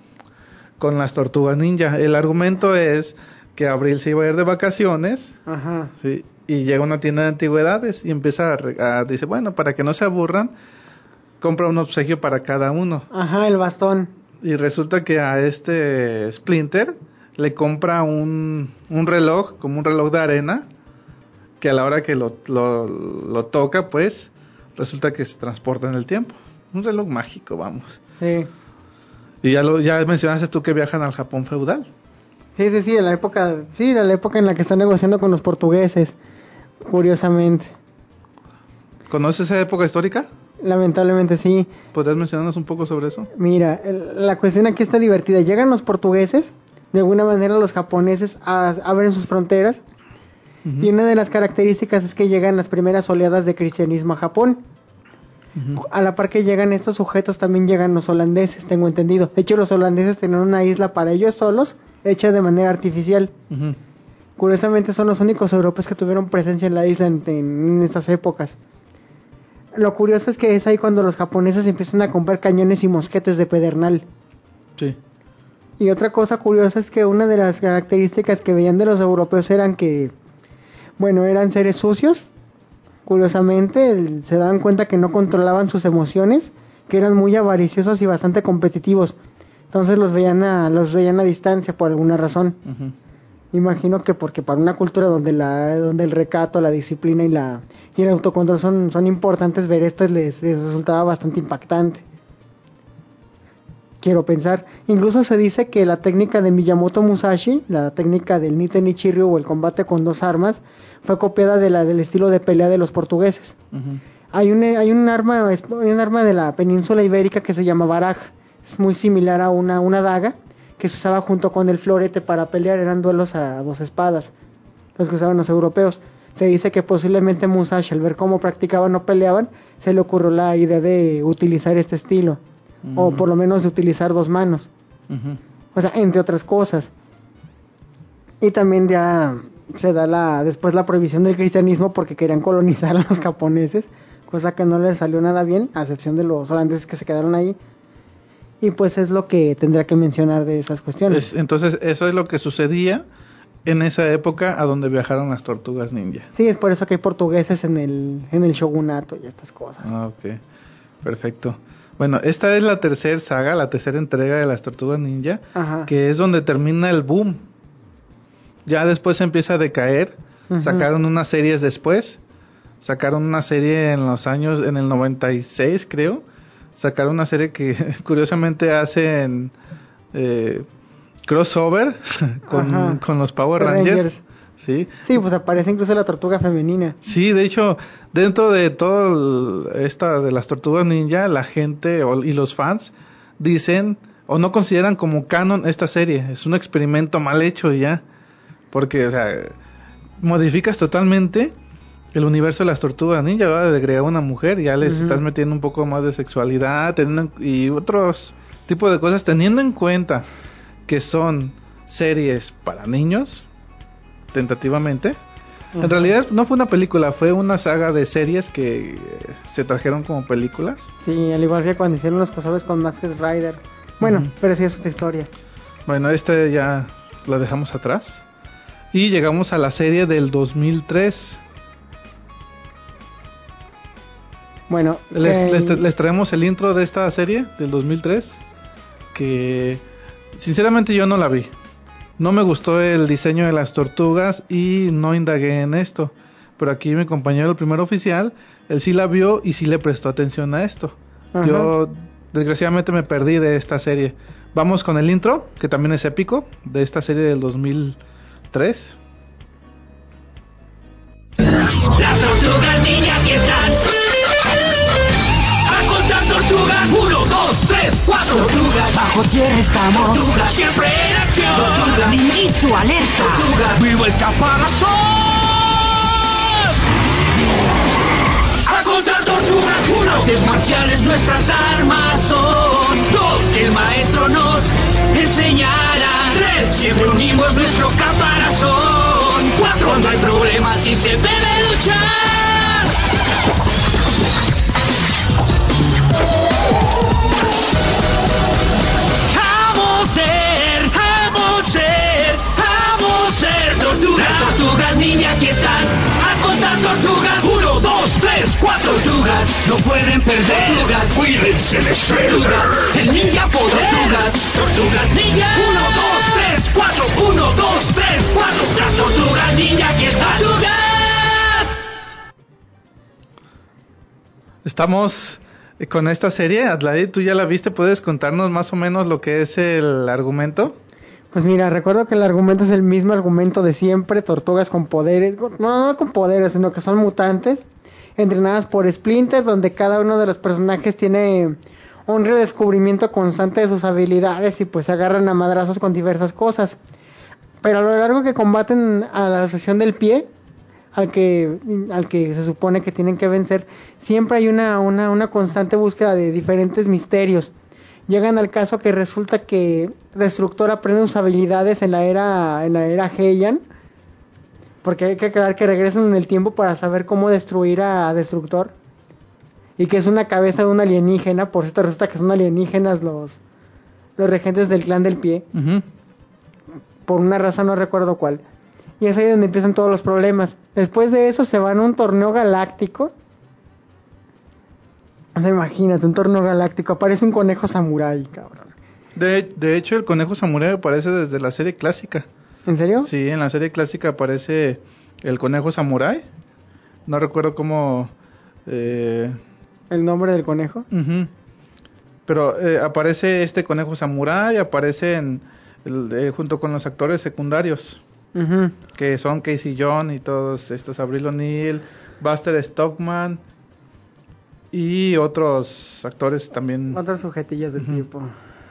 con las Tortugas Ninja. El argumento es que Abril se iba a ir de vacaciones, Ajá. ¿sí? Y llega a una tienda de antigüedades y empieza a, re- a dice, bueno, para que no se aburran, compra un obsequio para cada uno. Ajá, el bastón. Y resulta que a este Splinter le compra un, un reloj, como un reloj de arena, que a la hora que lo, lo, lo toca, pues, resulta que se transporta en el tiempo. Un reloj mágico, vamos. Sí. Y ya lo ya mencionaste tú que viajan al Japón feudal. Sí, sí, sí, en la época, sí, en la época en la que están negociando con los portugueses, curiosamente. ¿Conoces esa época histórica? Lamentablemente sí. ¿Podrías mencionarnos un poco sobre eso? Mira, el- la cuestión aquí está divertida. Llegan los portugueses, de alguna manera los japoneses a- abren sus fronteras, Uh-huh. y una de las características es que llegan las primeras oleadas de cristianismo a Japón. Uh-huh. A la par que llegan estos sujetos también llegan los holandeses, tengo entendido. De hecho, los holandeses tenían una isla para ellos solos, hecha de manera artificial. Uh-huh. Curiosamente son los únicos europeos que tuvieron presencia en la isla en, en estas épocas. Lo curioso es que es ahí cuando los japoneses empiezan a comprar cañones y mosquetes de pedernal. Sí. Y otra cosa curiosa es que una de las características que veían de los europeos eran que, bueno, eran seres sucios. Curiosamente, el- se daban cuenta que no controlaban sus emociones, que eran muy avariciosos y bastante competitivos. Entonces los veían a, los veían a distancia por alguna razón. Uh-huh. Imagino que porque para una cultura donde la donde el recato, la disciplina y la y el autocontrol son, son importantes, ver esto les, les resultaba bastante impactante. Quiero pensar. Incluso se dice que la técnica de Miyamoto Musashi, la técnica del Nite Nichiryu o el combate con dos armas, fue copiada de la del estilo de pelea de los portugueses. Uh-huh. Hay un hay un arma es- hay un arma de la península ibérica que se llama baraja. Es muy similar a una una daga que se usaba junto con el florete para pelear. Eran duelos a dos espadas, los que usaban los europeos. Se dice que posiblemente Musashi, al ver cómo practicaban o peleaban, se le ocurrió la idea de utilizar este estilo, o Ujú. por lo menos de utilizar dos manos, Uh-huh. o sea, entre otras cosas. Y también ya se da la después la prohibición del cristianismo porque querían colonizar a los japoneses, cosa que no les salió nada bien, a excepción de los holandeses que se quedaron ahí. Y pues es lo que tendría que mencionar de esas cuestiones. Es- entonces, eso es lo que sucedía en esa época a donde viajaron las Tortugas Ninja. Sí, es por eso que hay portugueses en el en el shogunato y estas cosas. Ah, ok. Perfecto. Bueno, esta es la tercera saga, la tercera entrega de las Tortugas Ninja, Ajá. que es donde termina el boom. Ya después empieza a decaer. Ujú. Sacaron unas series después. Sacaron una serie en los años, en el noventa y seis creo. Sacaron una serie que curiosamente hacen eh, crossover con, Ajá. con los Power Rangers. Rangers. Sí. Sí, pues aparece incluso la tortuga femenina. Sí, de hecho, dentro de todo el- esta de las Tortugas Ninja, la gente o- y los fans dicen o no consideran como canon esta serie. Es un experimento mal hecho y ya. Porque, o sea, modificas totalmente el universo de las Tortugas Ninja. Ahora de agregar una mujer, ya les Ujú. estás metiendo un poco más de sexualidad teniendo en- y otros tipos de cosas, teniendo en cuenta que son series para niños, tentativamente. Ujú. En realidad no fue una película, fue una saga de series que eh, se trajeron como películas. Sí, al igual que cuando hicieron los crossovers con Masked Rider. Bueno, Ujú. pero sí es otra historia. Bueno, esta ya la dejamos atrás. Y llegamos a la serie del dos mil tres. Bueno, Les, eh, les, les traemos el intro de esta serie del dos mil tres. Que sinceramente yo no la vi. No me gustó el diseño de las tortugas y no indagué en esto. Pero aquí mi compañero, el primer oficial, él sí la vio y sí le prestó atención a esto. Ajá. Yo desgraciadamente me perdí de esta serie. Vamos con el intro, que también es épico, de esta serie del dos mil tres. Las tortugas ninja aquí están. A contar tortugas. Uno, dos, tres, cuatro. Tortugas Bajo tierra estamos. Tortugas siempre en acción. Tortugas Ninjitsu alerta. Tortugas. Vivo el caparazón. A contra tortugas, uno, artes marciales nuestras armas son. Dos, que el maestro nos enseñará. Tres, siempre unimos nuestro caparazón. Cuatro, cuando hay problemas y se debe luchar. Vamos a ser, vamos a ser, vamos a ser tortugas. Las tortugas ninja aquí están. A contar tortugas. Uno, dos, tres, cuatro tortugas. No pueden perder. Tortugas, cuídense de Shredder. El ninja poder. Tortugas, tortugas ninja. Uno, dos, tres, cuatro. Uno, dos, tres, cuatro. Las tortugas ninja aquí están. ¡Tortugas! Estamos con esta serie. Adlai, tú ya la viste, ¿puedes contarnos más o menos lo que es el argumento? Pues mira, recuerdo que el argumento es el mismo argumento de siempre, tortugas con poderes, no, no con poderes, sino que son mutantes, entrenadas por Splinter, donde cada uno de los personajes tiene un redescubrimiento constante de sus habilidades y pues se agarran a madrazos con diversas cosas. Pero a lo largo que combaten a la Asociación del Pie, al que al que se supone que tienen que vencer, siempre hay una, una, una constante búsqueda de diferentes misterios. Llegan al caso que resulta que Destructor aprende sus habilidades en la era en la era Heian, porque hay que aclarar que regresan en el tiempo para saber cómo destruir a Destructor, y que es una cabeza de un alienígena. Por esto resulta que son alienígenas los los regentes del clan del Pie, Uh-huh. por una razón no recuerdo cuál. Y es ahí donde empiezan todos los problemas. Después de eso se van a un torneo galáctico. O sea, imagínate, un torneo galáctico. Aparece un conejo samurái, cabrón. De, de hecho, el conejo samurái aparece desde la serie clásica. ¿En serio? Sí, en la serie clásica aparece el conejo samurái. No recuerdo cómo... Eh, ¿El nombre del conejo? uh-huh. Pero eh, aparece este conejo samurái, aparece en, el, eh, junto con los actores secundarios, Uh-huh. que son Casey Jones y todos estos, Avril O'Neil, Buster Stockman y otros actores también. Otros sujetillos de Ujú. tipo.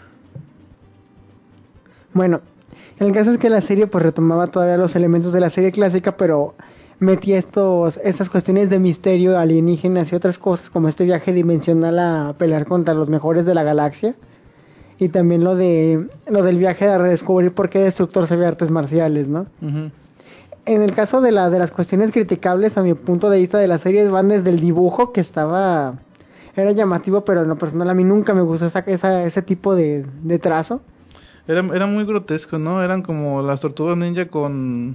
Bueno, el caso es que la serie pues retomaba todavía los elementos de la serie clásica, pero metía estos estas cuestiones de misterio, alienígenas y otras cosas, como este viaje dimensional a pelear contra los mejores de la galaxia, y también lo de lo del viaje a redescubrir por qué Destructor sabe artes marciales, ¿no? Uh-huh. En el caso de la de las cuestiones criticables, a mi punto de vista de la serie, van desde el dibujo, que estaba era llamativo, pero en lo personal a mí nunca me gustó esa, esa, ese tipo de, de trazo. Era, era muy grotesco, ¿no? Eran como las tortugas ninja con...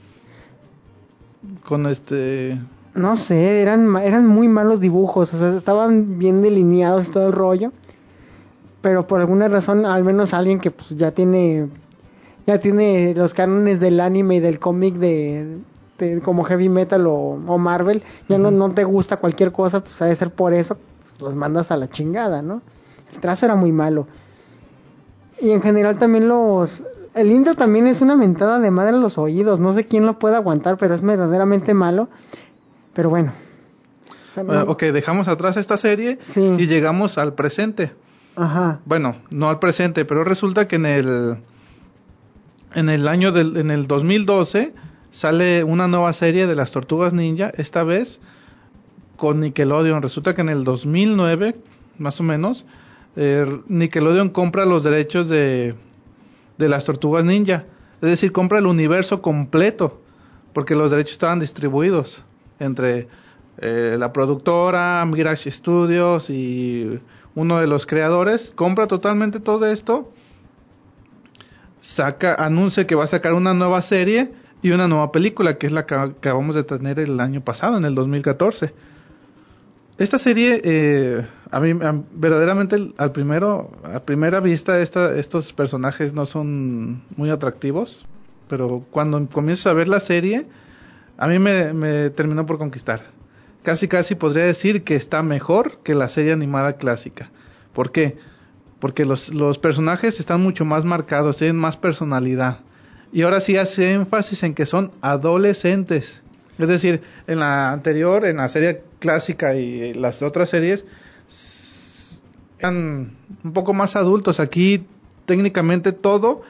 Con este... No sé, eran ma- eran muy malos dibujos, o sea, estaban bien delineados y todo el rollo, pero por alguna razón, al menos alguien que pues ya tiene ya tiene los cánones del anime y del cómic de, de como Heavy Metal o, o Marvel, ya Uh-huh. no, no te gusta cualquier cosa, pues ha de ser por eso, los mandas a la chingada, ¿no? El trazo era muy malo. Y en general también los... El intro también es una mentada de madre en los oídos. No sé quién lo puede aguantar, pero es verdaderamente malo. Pero bueno. O sea, no- Uh, ok, dejamos atrás esta serie Sí. y llegamos al presente. Ajá. Bueno, no al presente, pero resulta que en el... En el año del... En el dos mil doce sale una nueva serie de las Tortugas Ninja, esta vez con Nickelodeon. Resulta que en el dos mil nueve, más o menos, eh, Nickelodeon compra los derechos de, de las Tortugas Ninja. Es decir, compra el universo completo, porque los derechos estaban distribuidos entre eh, la productora, Mirage Studios y uno de los creadores. Compra totalmente todo esto, saca, anuncia que va a sacar una nueva serie y una nueva película, que es la que acabamos de tener el año pasado, en el dos mil catorce. Esta serie, eh, a mí a, verdaderamente al primero, a primera vista, esta, estos personajes no son muy atractivos, pero cuando comienzas a ver la serie, a mí me, me terminó por conquistar. Casi casi podría decir que está mejor que la serie animada clásica. ¿Por qué? Porque los, los personajes están mucho más marcados, tienen más personalidad. Y ahora sí hace énfasis en que son adolescentes. Es decir, en la anterior, en la serie clásica y las otras series, s- eran un poco más adultos. Aquí técnicamente todo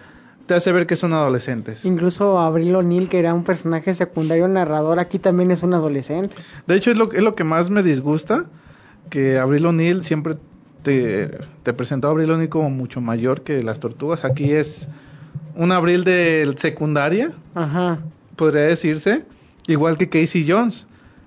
te hace ver que son adolescentes. Incluso Avril O'Neil, que era un personaje secundario narrador, aquí también es un adolescente. De hecho, es lo, es lo que más me disgusta, que Avril O'Neil siempre te, te presentó a Avril O'Neil como mucho mayor que las tortugas. Aquí es un Avril de secundaria, Ajá. podría decirse, igual que Casey Jones.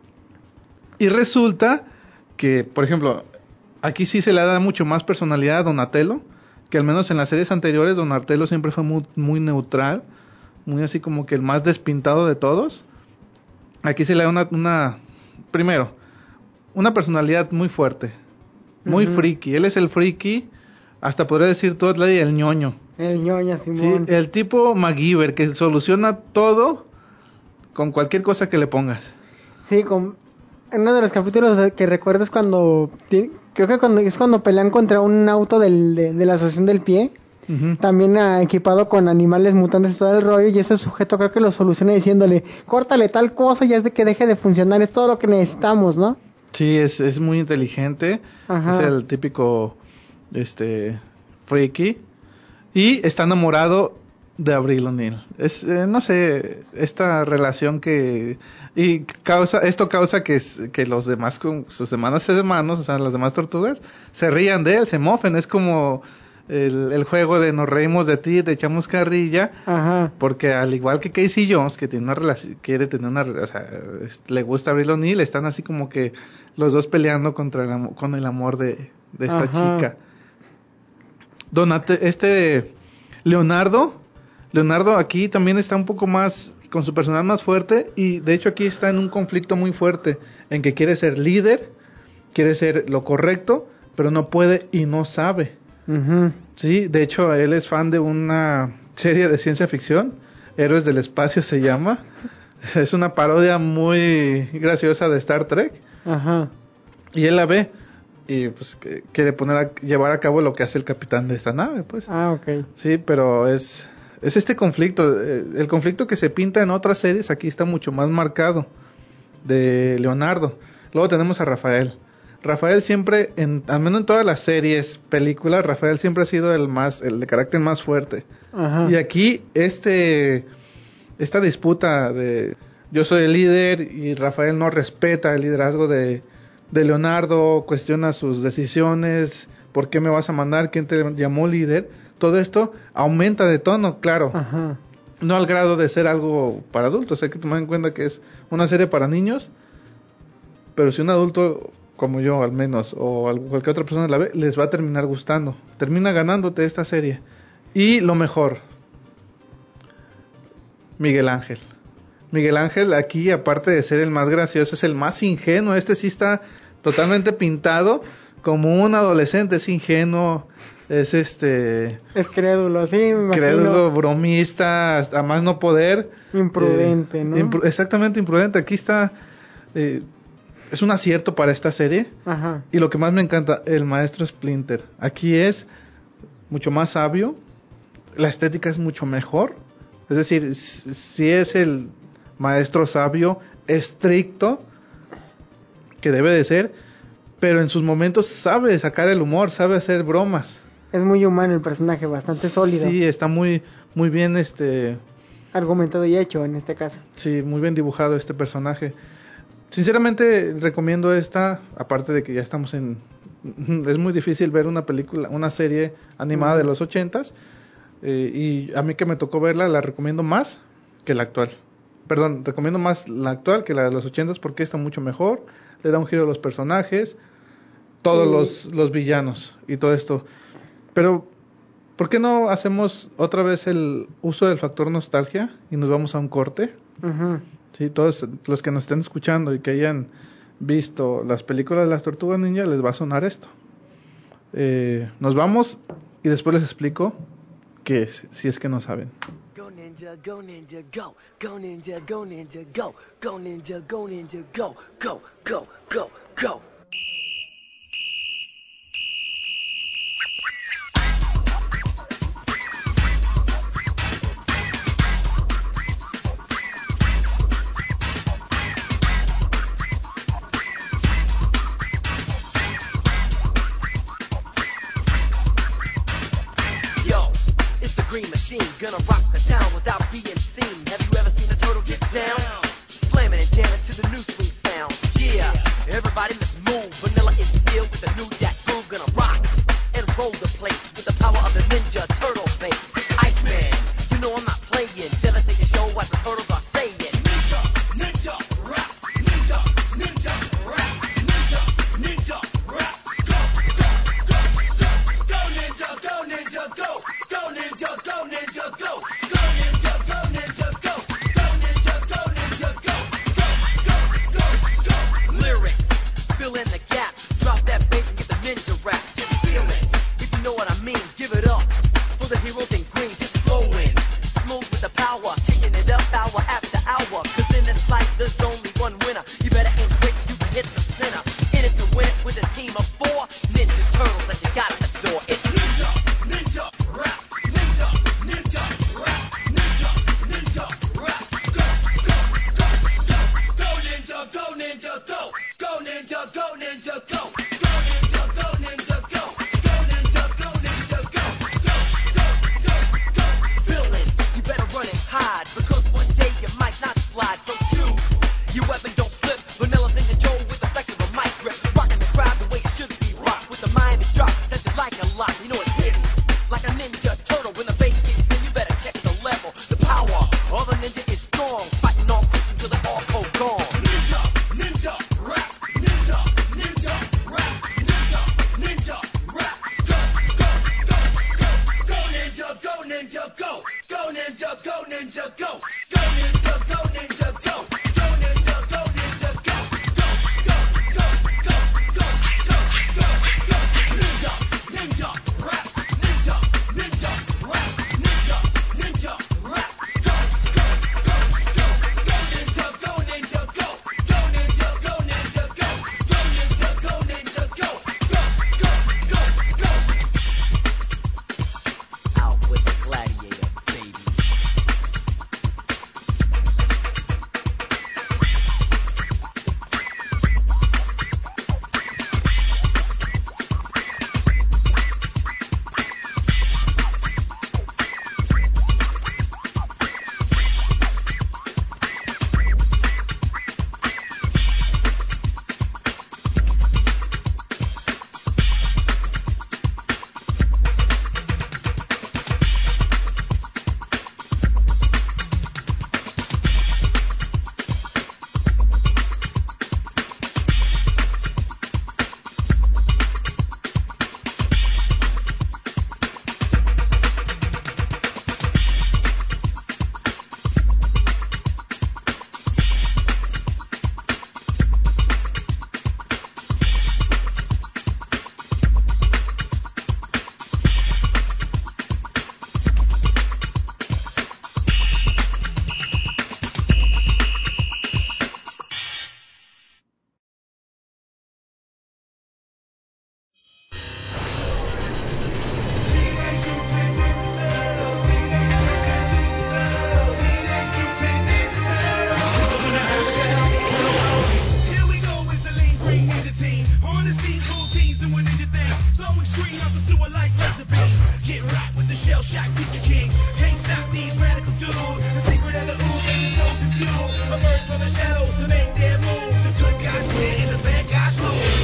Y resulta que, por ejemplo, aquí sí se le da mucho más personalidad a Donatello, que al menos en las series anteriores Donatello siempre fue muy, muy neutral, muy así como que el más despintado de todos. Aquí se le da una, una primero, una personalidad muy fuerte, muy uh-huh. friki. Él es el friki, hasta podría decir todo el ñoño. El ñoño, Simón. Sí, el tipo MacGyver que soluciona todo con cualquier cosa que le pongas. Sí, con en uno de los capítulos que recuerdo es cuando creo que cuando es cuando pelean contra un auto del, de, de la Asociación del Pie. Uh-huh. También uh, equipado con animales mutantes y todo el rollo, y ese sujeto creo que lo soluciona diciéndole, córtale tal cosa y es de que deje de funcionar, es todo lo que necesitamos, ¿no? Sí, es, es muy inteligente. Ajá. Es el típico este freaky y está enamorado de Avril O'Neil. Es eh, no sé, esta relación que y causa esto causa que que los demás con sus demás hermanos, o sea, las demás tortugas se rían de él, se mofen, es como el, el juego de nos reímos de ti, te echamos carrilla. Ajá. Porque al igual que Casey Jones, que tiene una relación, quiere tener una, o sea, le gusta Avril O'Neil, están así como que los dos peleando contra el, con el amor de, de esta Ajá. chica. Donate, este Leonardo, Leonardo aquí también está un poco más, con su personalidad más fuerte, y de hecho aquí está en un conflicto muy fuerte, en que quiere ser líder, quiere ser lo correcto, pero no puede y no sabe. Uh-huh. Sí, de hecho él es fan de una serie de ciencia ficción, Héroes del Espacio se llama. Es una parodia muy graciosa de Star Trek. Ajá. Y él la ve y pues que, quiere poner a, llevar a cabo lo que hace el capitán de esta nave, pues. Ah, okay. Sí, pero es es este conflicto, el conflicto que se pinta en otras series aquí está mucho más marcado de Leonardo. Luego tenemos a Rafael. Rafael siempre, en, al menos en todas las series, películas, Rafael siempre ha sido el más, el de carácter más fuerte. Ajá. Y aquí este, esta disputa de yo soy el líder y Rafael no respeta el liderazgo de, de Leonardo, cuestiona sus decisiones, ¿por qué me vas a mandar? ¿Quién te llamó líder? Todo esto aumenta de tono, claro. Ajá. No al grado de ser algo para adultos, hay que tomar en cuenta que es una serie para niños, pero si un adulto como yo al menos, o cualquier otra persona la ve, les va a terminar gustando. Termina ganándote esta serie. Y lo mejor, Miguel Ángel. Miguel Ángel aquí, aparte de ser el más gracioso, es el más ingenuo. Este sí está totalmente pintado como un adolescente, es ingenuo, es este... Es crédulo, sí, me imagino. Crédulo, bromista, a más no poder. Imprudente, eh, ¿no? Impru- exactamente, imprudente. Aquí está... Eh, es un acierto para esta serie. Ajá. Y lo que más me encanta, el maestro Splinter. Aquí es mucho más sabio. La estética es mucho mejor. Es decir, si es el maestro sabio, estricto, que debe de ser, pero en sus momentos sabe sacar el humor, sabe hacer bromas. Es muy humano el personaje, bastante sólido. Sí, está muy, muy bien este... argumentado y hecho en este caso. Sí, muy bien dibujado este personaje. Sinceramente recomiendo esta, aparte de que ya estamos en... Es muy difícil ver una película, una serie animada uh-huh. de los ochentas, eh, y a mí que me tocó verla, la recomiendo más que la actual. Perdón, recomiendo más la actual que la de los ochentas porque está mucho mejor, le da un giro a los personajes, todos uh-huh. los, los villanos y todo esto. Pero, ¿por qué no hacemos otra vez el uso del factor nostalgia y nos vamos a un corte? Uh-huh. Sí, todos los que nos estén escuchando y que hayan visto las películas de las Tortugas Ninja les va a sonar esto. Eh, nos vamos y después les explico qué es, si es que no saben. Go ninja, go ninja, go. Go ninja, go ninja, go. Go ninja, go ninja, go. Go, go, go, go. green machine, gonna rock the town without being seen. Have you ever seen a turtle get down? Slamming and jamming to the new swing sound. Yeah, everybody let's move. Vanilla is filled with the new jack groove. Gonna rock and roll the place with the power of the Ninja Turtle face. Iceman, you know I'm not playing. Devastating show what the turtles are saying. Ninja, ninja, rap, ninja, ninja, rap, ninja, ninja, rap. Go, go, go, go, go ninja, go ninja, go, go ninja, go ninja, go, go ninja, go ninja, go, go ninja, go ninja, go, go, go, go, go. Lyrics, fill in the gap, drop that bass and get the ninja rap. Just feel it, if you know what I mean, give it up for the heroes in green. Just flowing, smooth with the power, kicking it up hour after hour. Cause in this life there's only one winner. You better aim quick, you can hit the center. In it to win it with a team of four Ninja Turtles that you gotta adore. It's ninja, ninja, rap, ninja, ninja, rap, ninja, ninja, rap. Go, go, go, go, go ninja, go ninja, go, go ninja, go ninja, go, go ninja, go ninja, go, go ninja, go ninja, go, go, go, go, go. Villains, you better run and hide, because one day you might not slide. So choose your weapon, don't slip. Vanilla's Ninja Joe with the flex of a mic grip, rocking the crowd the way it should be rocked. With the Miami drop that you like a lot. You know it's hidden like a Ninja Turtle. When the bass kicks in, you better check the level. The power of a ninja is strong, fighting all crooks until they all go gone. Ninja, ninja, rap, ninja, ninja, rap, ninja, ninja, rap. Go, go, go, go, go ninja, go ninja, go, go ninja, go ninja, go, go ninja, go ninja, go, go ninja, go ninja, go, go, go, go, go, go, go, go, go. Ninja, ninja, rap, ninja, ninja, rap, ninja, ninja, rap. Go, go, go, go, go ninja, go ninja, go, go ninja, go ninja, go, go ninja, go ninja, go, go, go, go, go. Out with the gladiator, baby. Here we go with the lean green ninja team. On the scene, cool teams doing ninja things. So extreme, I'm the sewer like recipe. Get right with the shell shock pizza king. Can't stop these radical dudes. The secret of the ooze and the chosen few. Emerge from the shadows to make their move. The good guys win and the bad guys lose.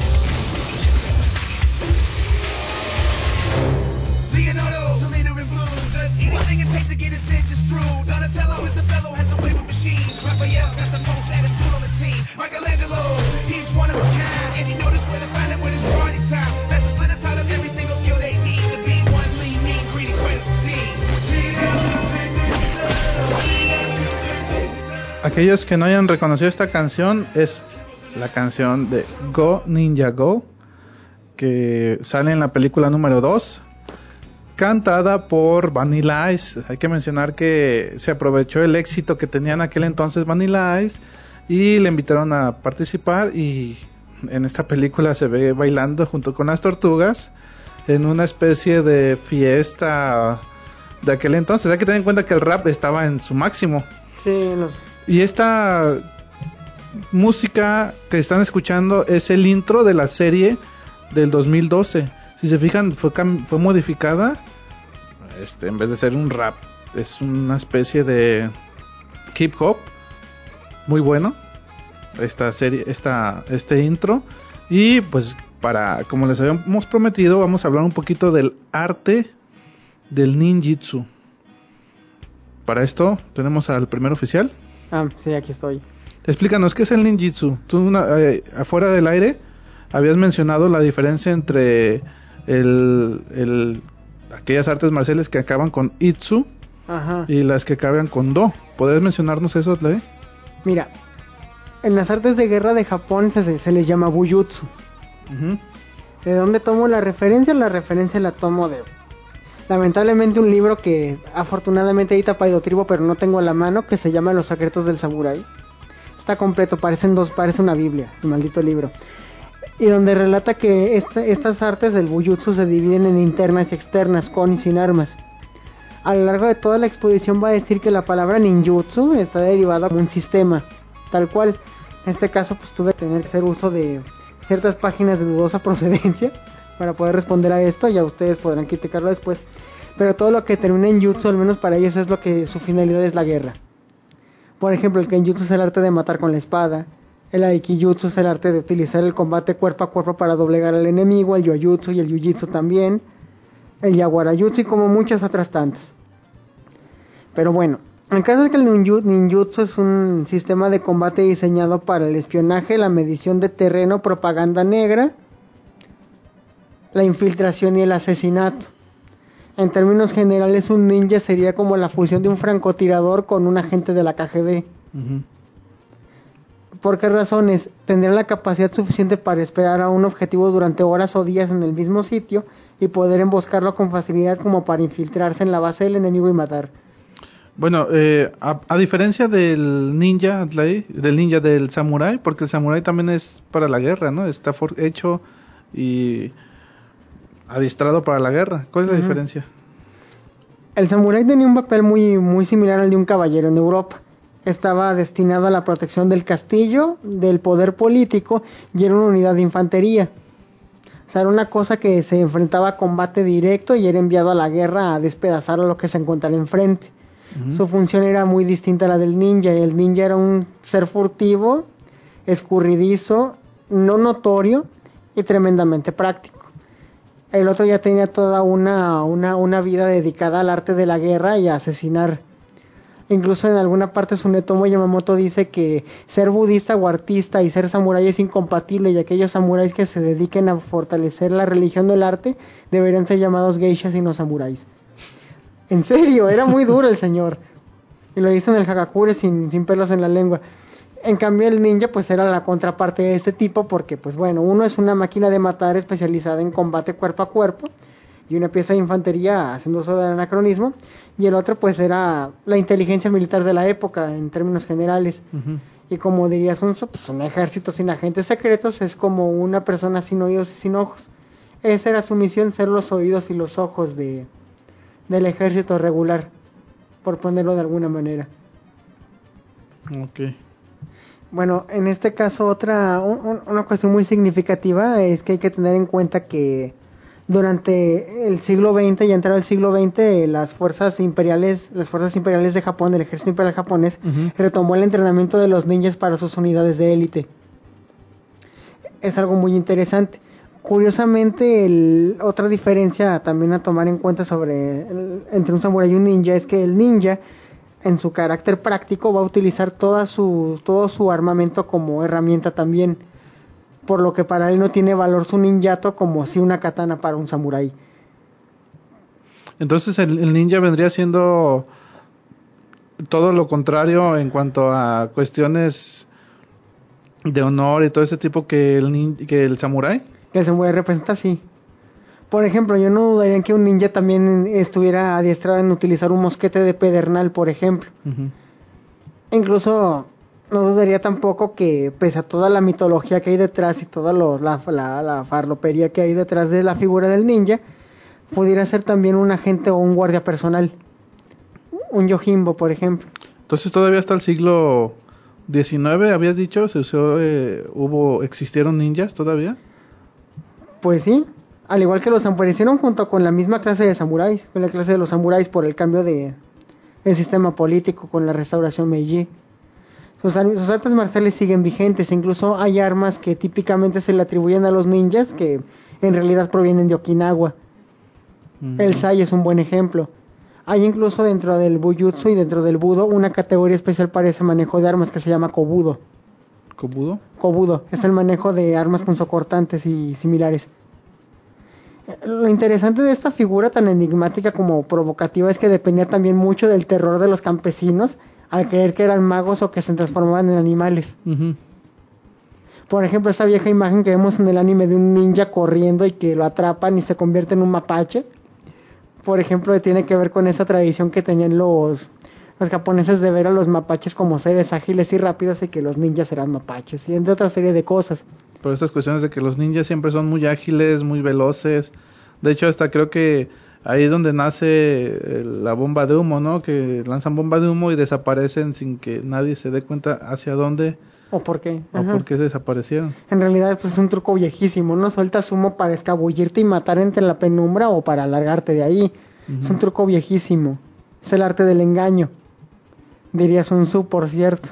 Leonardo's a leader in blue. Does anything it takes to get his ninjas through. Donatello is a fellow, has a way with machines. Raphael's got the most attitude on the team. Michelangelo, he's one of a kind. And you notice where to find it when it's party time. That's a splinter out of every single skill they need to be one lean, mean, greedy, critical team. Aquellos que no hayan reconocido esta canción, es la canción de Go Ninja Go, que sale en la película número dos, cantada por Vanilla Ice. Hay que mencionar que se aprovechó el éxito que tenía en aquel entonces Vanilla Ice y le invitaron a participar, y en esta película se ve bailando junto con las tortugas en una especie de fiesta de aquel entonces. Hay que tener en cuenta que el rap estaba en su máximo. Sí, los... Y esta música que están escuchando es el intro de la serie del dos mil doce. Si se fijan, fue, cam- fue modificada este, en vez de ser un rap, es una especie de hip hop muy bueno. Esta serie, esta, este intro. Y pues para, como les habíamos prometido, vamos a hablar un poquito del arte del ninjitsu. Para esto tenemos al primer oficial. Ah, sí, aquí estoy. Explícanos, ¿qué es el ninjitsu? Tú una, eh, afuera del aire habías mencionado la diferencia entre el, el, aquellas artes marciales que acaban con itsu Ajá. y las que acaban con do. ¿Podrías mencionarnos eso, Atley? Mira, en las artes de guerra de Japón se, se les llama bujutsu. Uh-huh. ¿De dónde tomo la referencia? La referencia la tomo de... lamentablemente un libro que afortunadamente edita Paidotribo, pero no tengo a la mano, que se llama Los secretos del samurái. Está completo, parecen dos, parece una biblia, el maldito libro. Y donde relata que esta, estas artes del bujutsu se dividen en internas y externas, con y sin armas. A lo largo de toda la exposición va a decir que la palabra ninjutsu está derivada de un sistema, tal cual. En este caso pues tuve que tener que hacer uso de ciertas páginas de dudosa procedencia para poder responder a esto, ya ustedes podrán criticarlo después. Pero todo lo que termina en jutsu, al menos para ellos, es lo que su finalidad es la guerra. Por ejemplo, el kenjutsu es el arte de matar con la espada, el aikijutsu es el arte de utilizar el combate cuerpo a cuerpo para doblegar al enemigo, el yoyutsu y el yujitsu también, el yaguarajutsu y como muchas otras tantas. Pero bueno, el caso es que el ninjutsu es un sistema de combate diseñado para el espionaje, la medición de terreno, propaganda negra, la infiltración y el asesinato. En términos generales, un ninja sería como la fusión de un francotirador con un agente de la K G B. Uh-huh. ¿Por qué razones? Tendrían la capacidad suficiente para esperar a un objetivo durante horas o días en el mismo sitio y poder emboscarlo con facilidad como para infiltrarse en la base del enemigo y matar. Bueno, eh, a, a diferencia del ninja, Atley, del ninja del samurái, porque el samurái también es para la guerra, ¿no? Está for- hecho y adiestrado para la guerra. ¿Cuál es la uh-huh. diferencia? El samurái tenía un papel muy, muy similar al de un caballero en Europa. Estaba destinado a la protección del castillo, del poder político, y era una unidad de infantería. O sea, era una cosa que se enfrentaba a combate directo y era enviado a la guerra a despedazar a lo que se encontrara enfrente. Uh-huh. Su función era muy distinta a la del ninja. El ninja era un ser furtivo, escurridizo, no notorio y tremendamente práctico. El otro ya tenía toda una, una, una vida dedicada al arte de la guerra y a asesinar. Incluso en alguna parte Tsunetomo Yamamoto dice que ser budista o artista y ser samurái es incompatible, y aquellos samuráis que se dediquen a fortalecer la religión del arte deberían ser llamados geishas y no samuráis. En serio, era muy duro el señor. Y lo hizo en el Hagakure sin, sin pelos en la lengua. En cambio el ninja pues era la contraparte de este tipo, porque pues bueno, uno es una máquina de matar especializada en combate cuerpo a cuerpo y una pieza de infantería haciendo uso del anacronismo, y el otro pues era la inteligencia militar de la época en términos generales. Uh-huh. Y como diría Sun Tzu, pues un ejército sin agentes secretos es como una persona sin oídos y sin ojos. Esa era su misión, ser los oídos y los ojos de del ejército regular, por ponerlo de alguna manera. Ok. Bueno, en este caso otra un, una cuestión muy significativa es que hay que tener en cuenta que durante el siglo veinte y entrado el siglo veinte, las fuerzas imperiales, las fuerzas imperiales de Japón, el ejército imperial japonés, uh-huh. retomó el entrenamiento de los ninjas para sus unidades de élite. Es algo muy interesante. Curiosamente, el, otra diferencia también a tomar en cuenta sobre el, entre un samurái y un ninja es que el ninja, en su carácter práctico, va a utilizar toda su, todo su armamento como herramienta también, por lo que para él no tiene valor su ninjato como si una katana para un samurái. Entonces el, el ninja vendría siendo todo lo contrario en cuanto a cuestiones de honor y todo ese tipo que el nin, que el samurái. Que el samurái representa, sí. Por ejemplo, yo no dudaría en que un ninja también estuviera adiestrado en utilizar un mosquete de pedernal, por ejemplo. Uh-huh. Incluso no dudaría tampoco que, pese a toda la mitología que hay detrás y toda los, la, la, la farlopería que hay detrás de la figura del ninja, pudiera ser también un agente o un guardia personal. Un yojimbo, por ejemplo. Entonces todavía hasta el siglo diecinueve, habías dicho, se usó, eh, hubo, existieron ninjas todavía. Pues sí, Al igual que los aparecieron junto con la misma clase de samuráis, con la clase de los samuráis por el cambio de el sistema político con la restauración Meiji. Sus, ar- sus artes marciales siguen vigentes, incluso hay armas que típicamente se le atribuyen a los ninjas que en realidad provienen de Okinawa. Uh-huh. El sai es un buen ejemplo. Hay incluso dentro del bujutsu y dentro del budo una categoría especial para ese manejo de armas que se llama kobudo. ¿Kobudo? Kobudo, es el manejo de armas punzocortantes y similares. Lo interesante de esta figura tan enigmática como provocativa es que dependía también mucho del terror de los campesinos al creer que eran magos o que se transformaban en animales. Uh-huh. Por ejemplo, esta vieja imagen que vemos en el anime de un ninja corriendo y que lo atrapan y se convierte en un mapache. Por ejemplo, tiene que ver con esa tradición que tenían los, los japoneses de ver a los mapaches como seres ágiles y rápidos y que los ninjas eran mapaches y entre otra serie de cosas. Por estas cuestiones de que los ninjas siempre son muy ágiles, muy veloces. De hecho, hasta creo que ahí es donde nace la bomba de humo, ¿no? Que lanzan bomba de humo y desaparecen sin que nadie se dé cuenta hacia dónde o por qué. O por qué desaparecieron. En realidad, pues es un truco viejísimo, ¿no? Sueltas humo para escabullirte y matar entre la penumbra o para alargarte de ahí. Uh-huh. Es un truco viejísimo. Es el arte del engaño. Diría Sun Tzu, por cierto.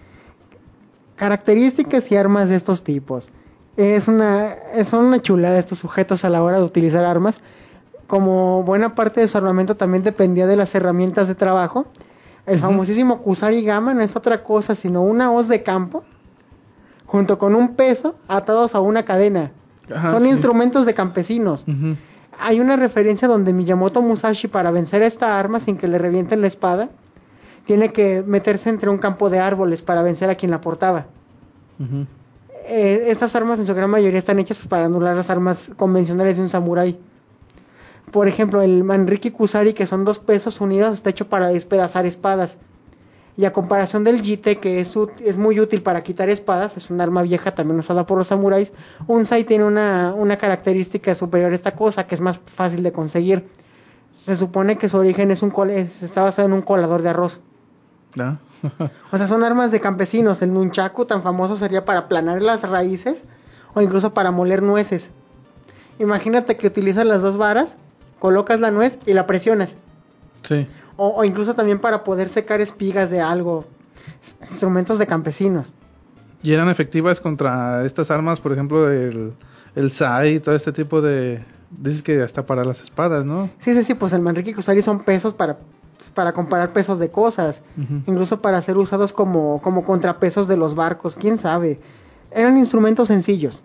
Características y armas de estos tipos. Es una, son una chulada estos sujetos a la hora de utilizar armas. Como buena parte de su armamento también dependía de las herramientas de trabajo. El uh-huh. famosísimo Kusari Gama no es otra cosa sino una hoz de campo junto con un peso atados a una cadena. Ajá, son sí. instrumentos de campesinos. Uh-huh. Hay una referencia donde Miyamoto Musashi, para vencer esta arma sin que le revienten la espada, tiene que meterse entre un campo de árboles para vencer a quien la portaba. Uh-huh. Eh, estas armas en su gran mayoría están hechas pues, para anular las armas convencionales de un samurái. Por ejemplo, el Manriki Kusari, que son dos pesos unidos, está hecho para despedazar espadas. Y a comparación del jite, que es, es muy útil para quitar espadas, es un arma vieja también usada por los samuráis, un sai tiene una, una característica superior a esta cosa, que es más fácil de conseguir. Se supone que su origen es un col- está basado en un colador de arroz. ¿Ah? O sea, son armas de campesinos. El nunchaku tan famoso sería para aplanar las raíces o incluso para moler nueces. Imagínate que utilizas las dos varas, colocas la nuez y la presionas. Sí. O, o incluso también para poder secar espigas de algo. Instrumentos de campesinos. ¿Y eran efectivas contra estas armas, por ejemplo, el, el sai y todo este tipo de... Dices que hasta para las espadas, ¿no? Sí, sí, sí, pues el Manriki Kusari son pesos para, pues, para comparar pesos de cosas. Uh-huh. Incluso para ser usados como, como contrapesos de los barcos, quién sabe. Eran instrumentos sencillos.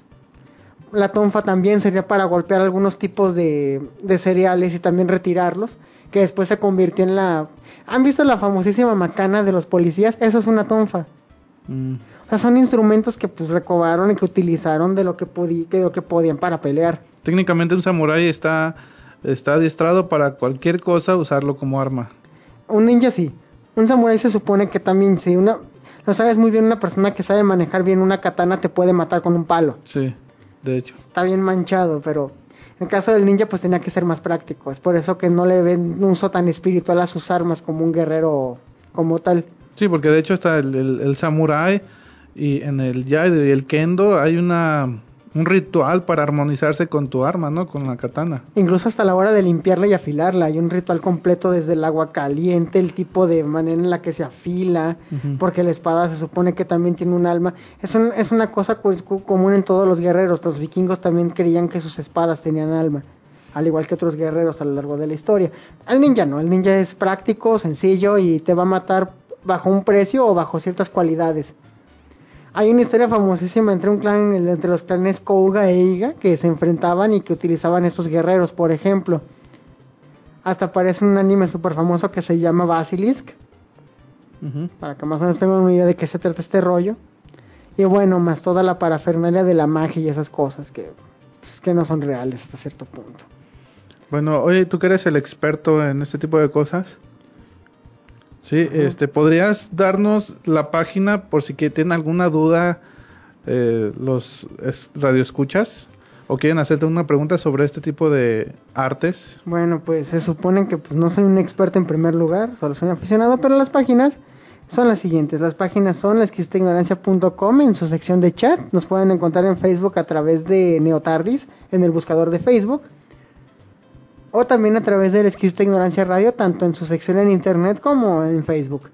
La tonfa también sería para golpear algunos tipos de, de cereales y también retirarlos, que después se convirtió en la... ¿Han visto la famosísima macana de los policías? Eso es una tonfa. Mm. O sea, son instrumentos que pues recobraron y que utilizaron de lo que, podi- de lo que podían para pelear. Técnicamente un samurái está, está adiestrado para cualquier cosa usarlo como arma. Un ninja sí. Un samurái se supone que también sí. Una, lo sabes muy bien, una persona que sabe manejar bien una katana te puede matar con un palo. Sí, de hecho. Está bien manchado, pero... En el caso del ninja pues tenía que ser más práctico. Es por eso que no le ven un uso tan espiritual a sus armas como un guerrero como tal. Sí, porque de hecho hasta el, el, el samurái y en el yaido y el kendo hay una un ritual para armonizarse con tu arma, ¿no? Con la katana. Incluso hasta la hora de limpiarla y afilarla. Hay un ritual completo desde el agua caliente, el tipo de manera en la que se afila, uh-huh. porque la espada se supone que también tiene un alma. Es, un, es una cosa pues, común en todos los guerreros. Los vikingos también creían que sus espadas tenían alma, al igual que otros guerreros a lo largo de la historia. El ninja no, el ninja es práctico, sencillo y te va a matar bajo un precio o bajo ciertas cualidades. Hay una historia famosísima entre un clan, entre los clanes Kouga e Iga, que se enfrentaban y que utilizaban estos guerreros, por ejemplo. Hasta aparece un anime súper famoso que se llama Basilisk. Uh-huh. Para que más o menos tengan una idea de qué se trata este rollo. Y bueno, más toda la parafernalia de la magia y esas cosas que, pues, que no son reales hasta cierto punto. Bueno, oye, tú que eres el experto en este tipo de cosas... Sí, uh-huh. este, ¿podrías darnos la página por si que tienen alguna duda eh, los es, radioescuchas o quieren hacerte una pregunta sobre este tipo de artes? Bueno, pues se supone que pues no soy un experto en primer lugar, solo soy un aficionado, pero las páginas son las siguientes. Las páginas son la exquisita ignorancia punto com en su sección de chat. Nos pueden encontrar en Facebook a través de Neotardis, en el buscador de Facebook. O también a través de la exquisita ignorancia radio, tanto en su sección en internet como en Facebook.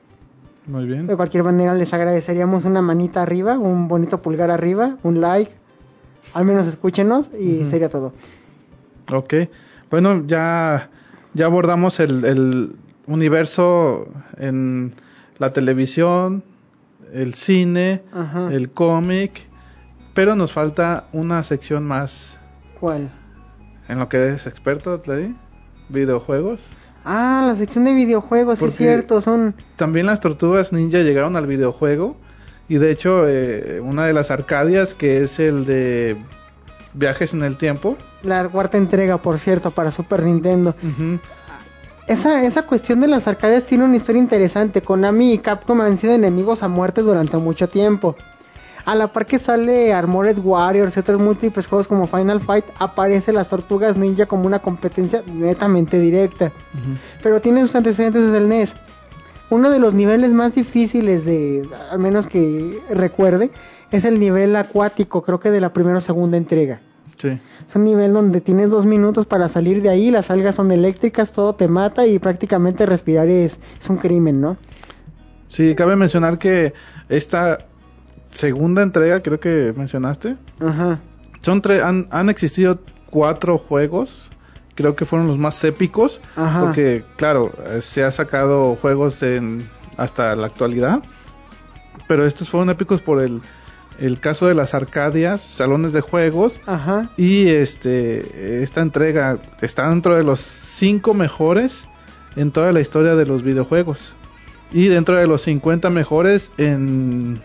Muy bien. De cualquier manera les agradeceríamos una manita arriba, un bonito pulgar arriba, un like. Al menos escúchenos y uh-huh. sería todo. Ok. Bueno, ya, ya abordamos el, el universo en la televisión, el cine, uh-huh. el cómic, pero nos falta una sección más. ¿Cuál? En lo que eres experto, Tledi, videojuegos. Ah, la sección de videojuegos, sí es cierto, son... También las Tortugas Ninja llegaron al videojuego, y de hecho, eh, una de las Arcadias, que es el de Viajes en el Tiempo. La cuarta entrega, por cierto, para Super Nintendo. Uh-huh. Esa, esa cuestión de las Arcadias tiene una historia interesante. Konami y Capcom han sido enemigos a muerte durante mucho tiempo. A la par que sale Armored Warriors y otros múltiples juegos como Final Fight, aparece las Tortugas Ninja como una competencia netamente directa. Uh-huh. Pero tiene sus antecedentes desde el N E S. Uno de los niveles más difíciles de, al menos que recuerde, es el nivel acuático, creo que de la primera o segunda entrega. Sí. Es un nivel donde tienes dos minutos para salir de ahí, las algas son eléctricas, todo te mata y prácticamente respirar es, es un crimen, ¿no? Sí, cabe mencionar que esta segunda entrega, creo que mencionaste, Ajá. son tre- han, han existido cuatro juegos, creo que fueron los más épicos, Ajá. porque claro, se ha sacado juegos en, hasta la actualidad, pero estos fueron épicos por el el caso de las Arcadias, salones de juegos. Ajá. Y este esta entrega está dentro de los cinco mejores en toda la historia de los videojuegos, y dentro de los cincuenta mejores en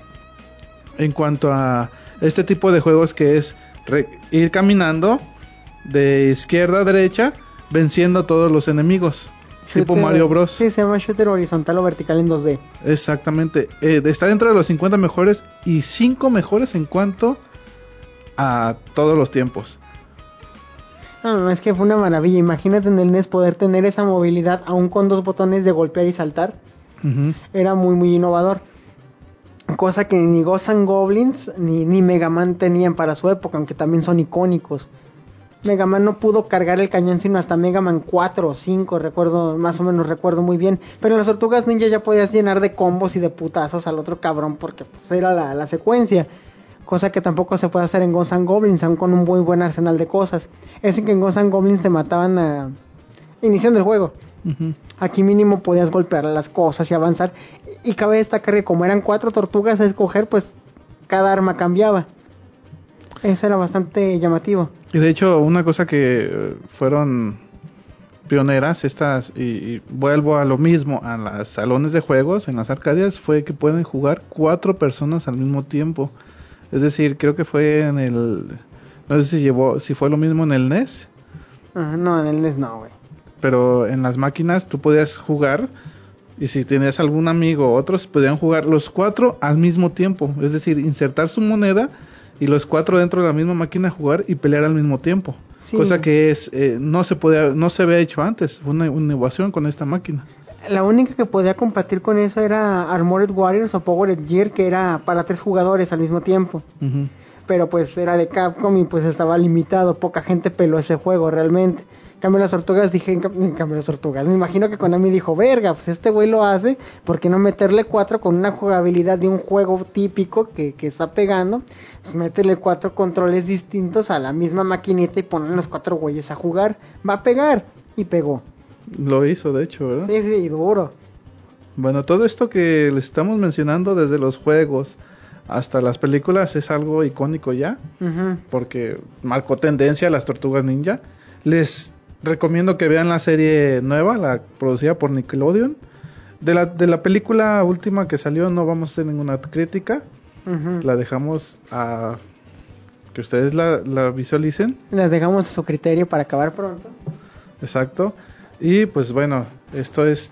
en cuanto a este tipo de juegos, que es re- ir caminando de izquierda a derecha venciendo a todos los enemigos. Shooter, tipo Mario Bros. Sí, se llama shooter horizontal o vertical en dos D. Exactamente. Eh, está dentro de los cincuenta mejores y cinco mejores en cuanto a todos los tiempos. No, no, es que fue una maravilla. Imagínate en el N E S poder tener esa movilidad aún con dos botones de golpear y saltar. Uh-huh. Era muy, muy innovador. Cosa que ni Ghosts and Goblins ni, ni Mega Man tenían para su época, aunque también son icónicos. Mega Man no pudo cargar el cañón sino hasta Mega Man cuatro o cinco, recuerdo, más o menos recuerdo muy bien. Pero en las Tortugas Ninja ya podías llenar de combos y de putazos al otro cabrón, porque pues, era la, la secuencia. Cosa que tampoco se puede hacer en Ghosts and Goblins, aún con un muy buen arsenal de cosas. Eso que en Ghosts and Goblins te mataban a... iniciando el juego. Uh-huh. Aquí mínimo podías golpear las cosas y avanzar. Y cabe destacar que como eran cuatro tortugas a escoger, pues cada arma cambiaba. Eso era bastante llamativo. Y de hecho, una cosa que fueron pioneras estas, y, y vuelvo a lo mismo, a los salones de juegos, en las Arcadias, fue que pueden jugar cuatro personas al mismo tiempo. Es decir, creo que fue en el... no sé si llevó, si fue lo mismo en el N E S. Uh, no, en el N E S no, güey. Pero en las máquinas tú podías jugar, y si tenías algún amigo o otros, podían jugar los cuatro al mismo tiempo. Es decir, insertar su moneda y los cuatro dentro de la misma máquina jugar y pelear al mismo tiempo. Sí. Cosa que es eh, no se podía, no se había hecho antes. Fue una, una innovación con esta máquina. La única que podía competir con eso era Armored Warriors o Powered Gear, que era para tres jugadores al mismo tiempo. Uh-huh. Pero pues era de Capcom y pues estaba limitado. Poca gente peló ese juego realmente. En cambio las Tortugas, dije, en cambio las Tortugas, me imagino que Konami dijo, verga, pues este güey lo hace, ¿por qué no meterle cuatro con una jugabilidad de un juego típico que, que está pegando? Pues métele cuatro controles distintos a la misma maquinita y ponen los cuatro güeyes a jugar, va a pegar, y pegó. Lo hizo, de hecho, ¿verdad? Sí, sí, y duro. Bueno, todo esto que les estamos mencionando, desde los juegos hasta las películas, es algo icónico ya, uh-huh. porque marcó tendencia a las Tortugas Ninja. Les recomiendo que vean la serie nueva, la producida por Nickelodeon. De la, de la película última que salió no vamos a hacer ninguna crítica. Uh-huh. La dejamos a que ustedes la, la visualicen. Las dejamos a su criterio para acabar pronto. Exacto. Y pues bueno, esto es...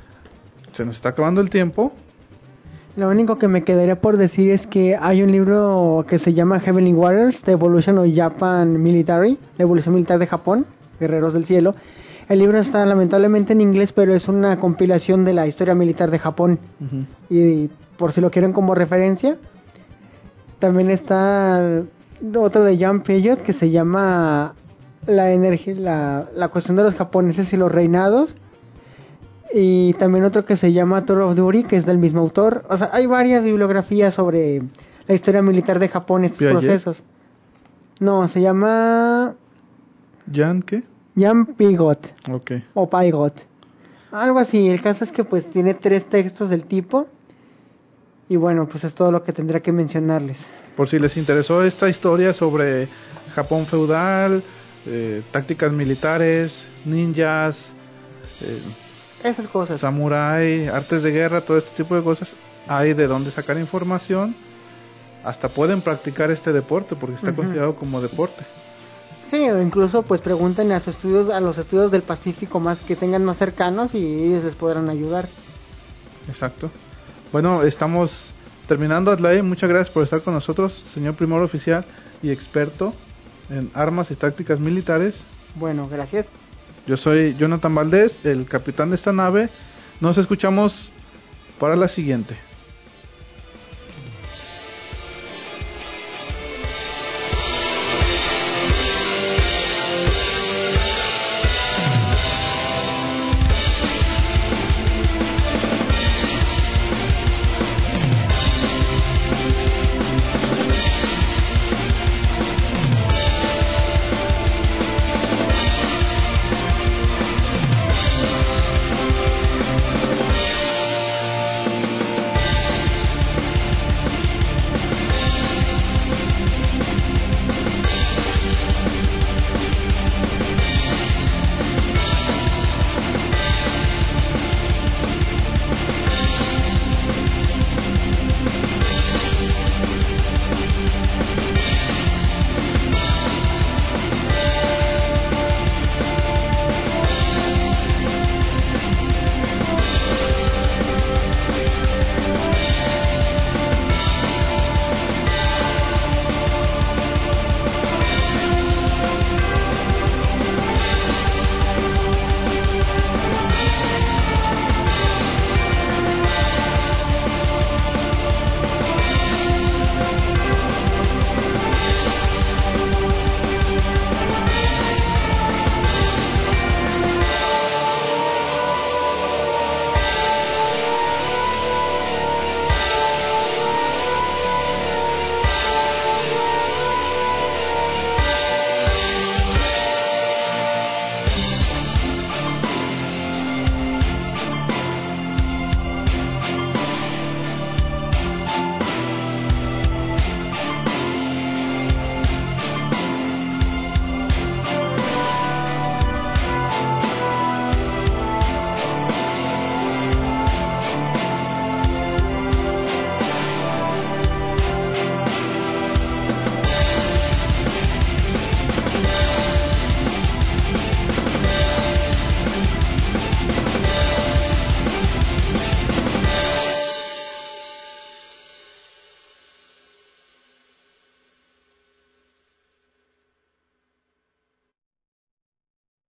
se nos está acabando el tiempo. Lo único que me quedaría por decir es que hay un libro que se llama Heavenly Warriors, The Evolution of Japan Military, la evolución militar de Japón, Guerreros del Cielo, El libro está lamentablemente en inglés, pero es una compilación de la historia militar de Japón. Ujú. Y por si lo quieren como referencia, también está otro de Jan Peugeot que se llama la energía, la, la cuestión de los japoneses y los reinados. Y también otro que se llama Tour of Duty, que es del mismo autor. O sea, hay varias bibliografías sobre la historia militar de Japón, estos ¿Piaget? procesos. No, se llama ¿Jan qué? Jan Peugeot Ok. o Peugeot. Algo así. El caso es que pues tiene tres textos del tipo. Y bueno, pues es todo lo que tendría que mencionarles. Por si les interesó esta historia sobre Japón feudal, eh, tácticas militares, ninjas, eh, Esas cosas. samurái, artes de guerra, todo este tipo de cosas, hay de dónde sacar información. Hasta pueden practicar este deporte porque está Ujú. considerado como deporte. Sí, o incluso pues pregunten a sus estudios, a los estudios del Pacífico más que tengan más cercanos y ellos les podrán ayudar. Exacto. Bueno, estamos terminando, Adlai. Muchas gracias por estar con nosotros, señor primer oficial y experto en armas y tácticas militares. Bueno, gracias. Yo soy Jonathan Valdés, el capitán de esta nave. Nos escuchamos para la siguiente.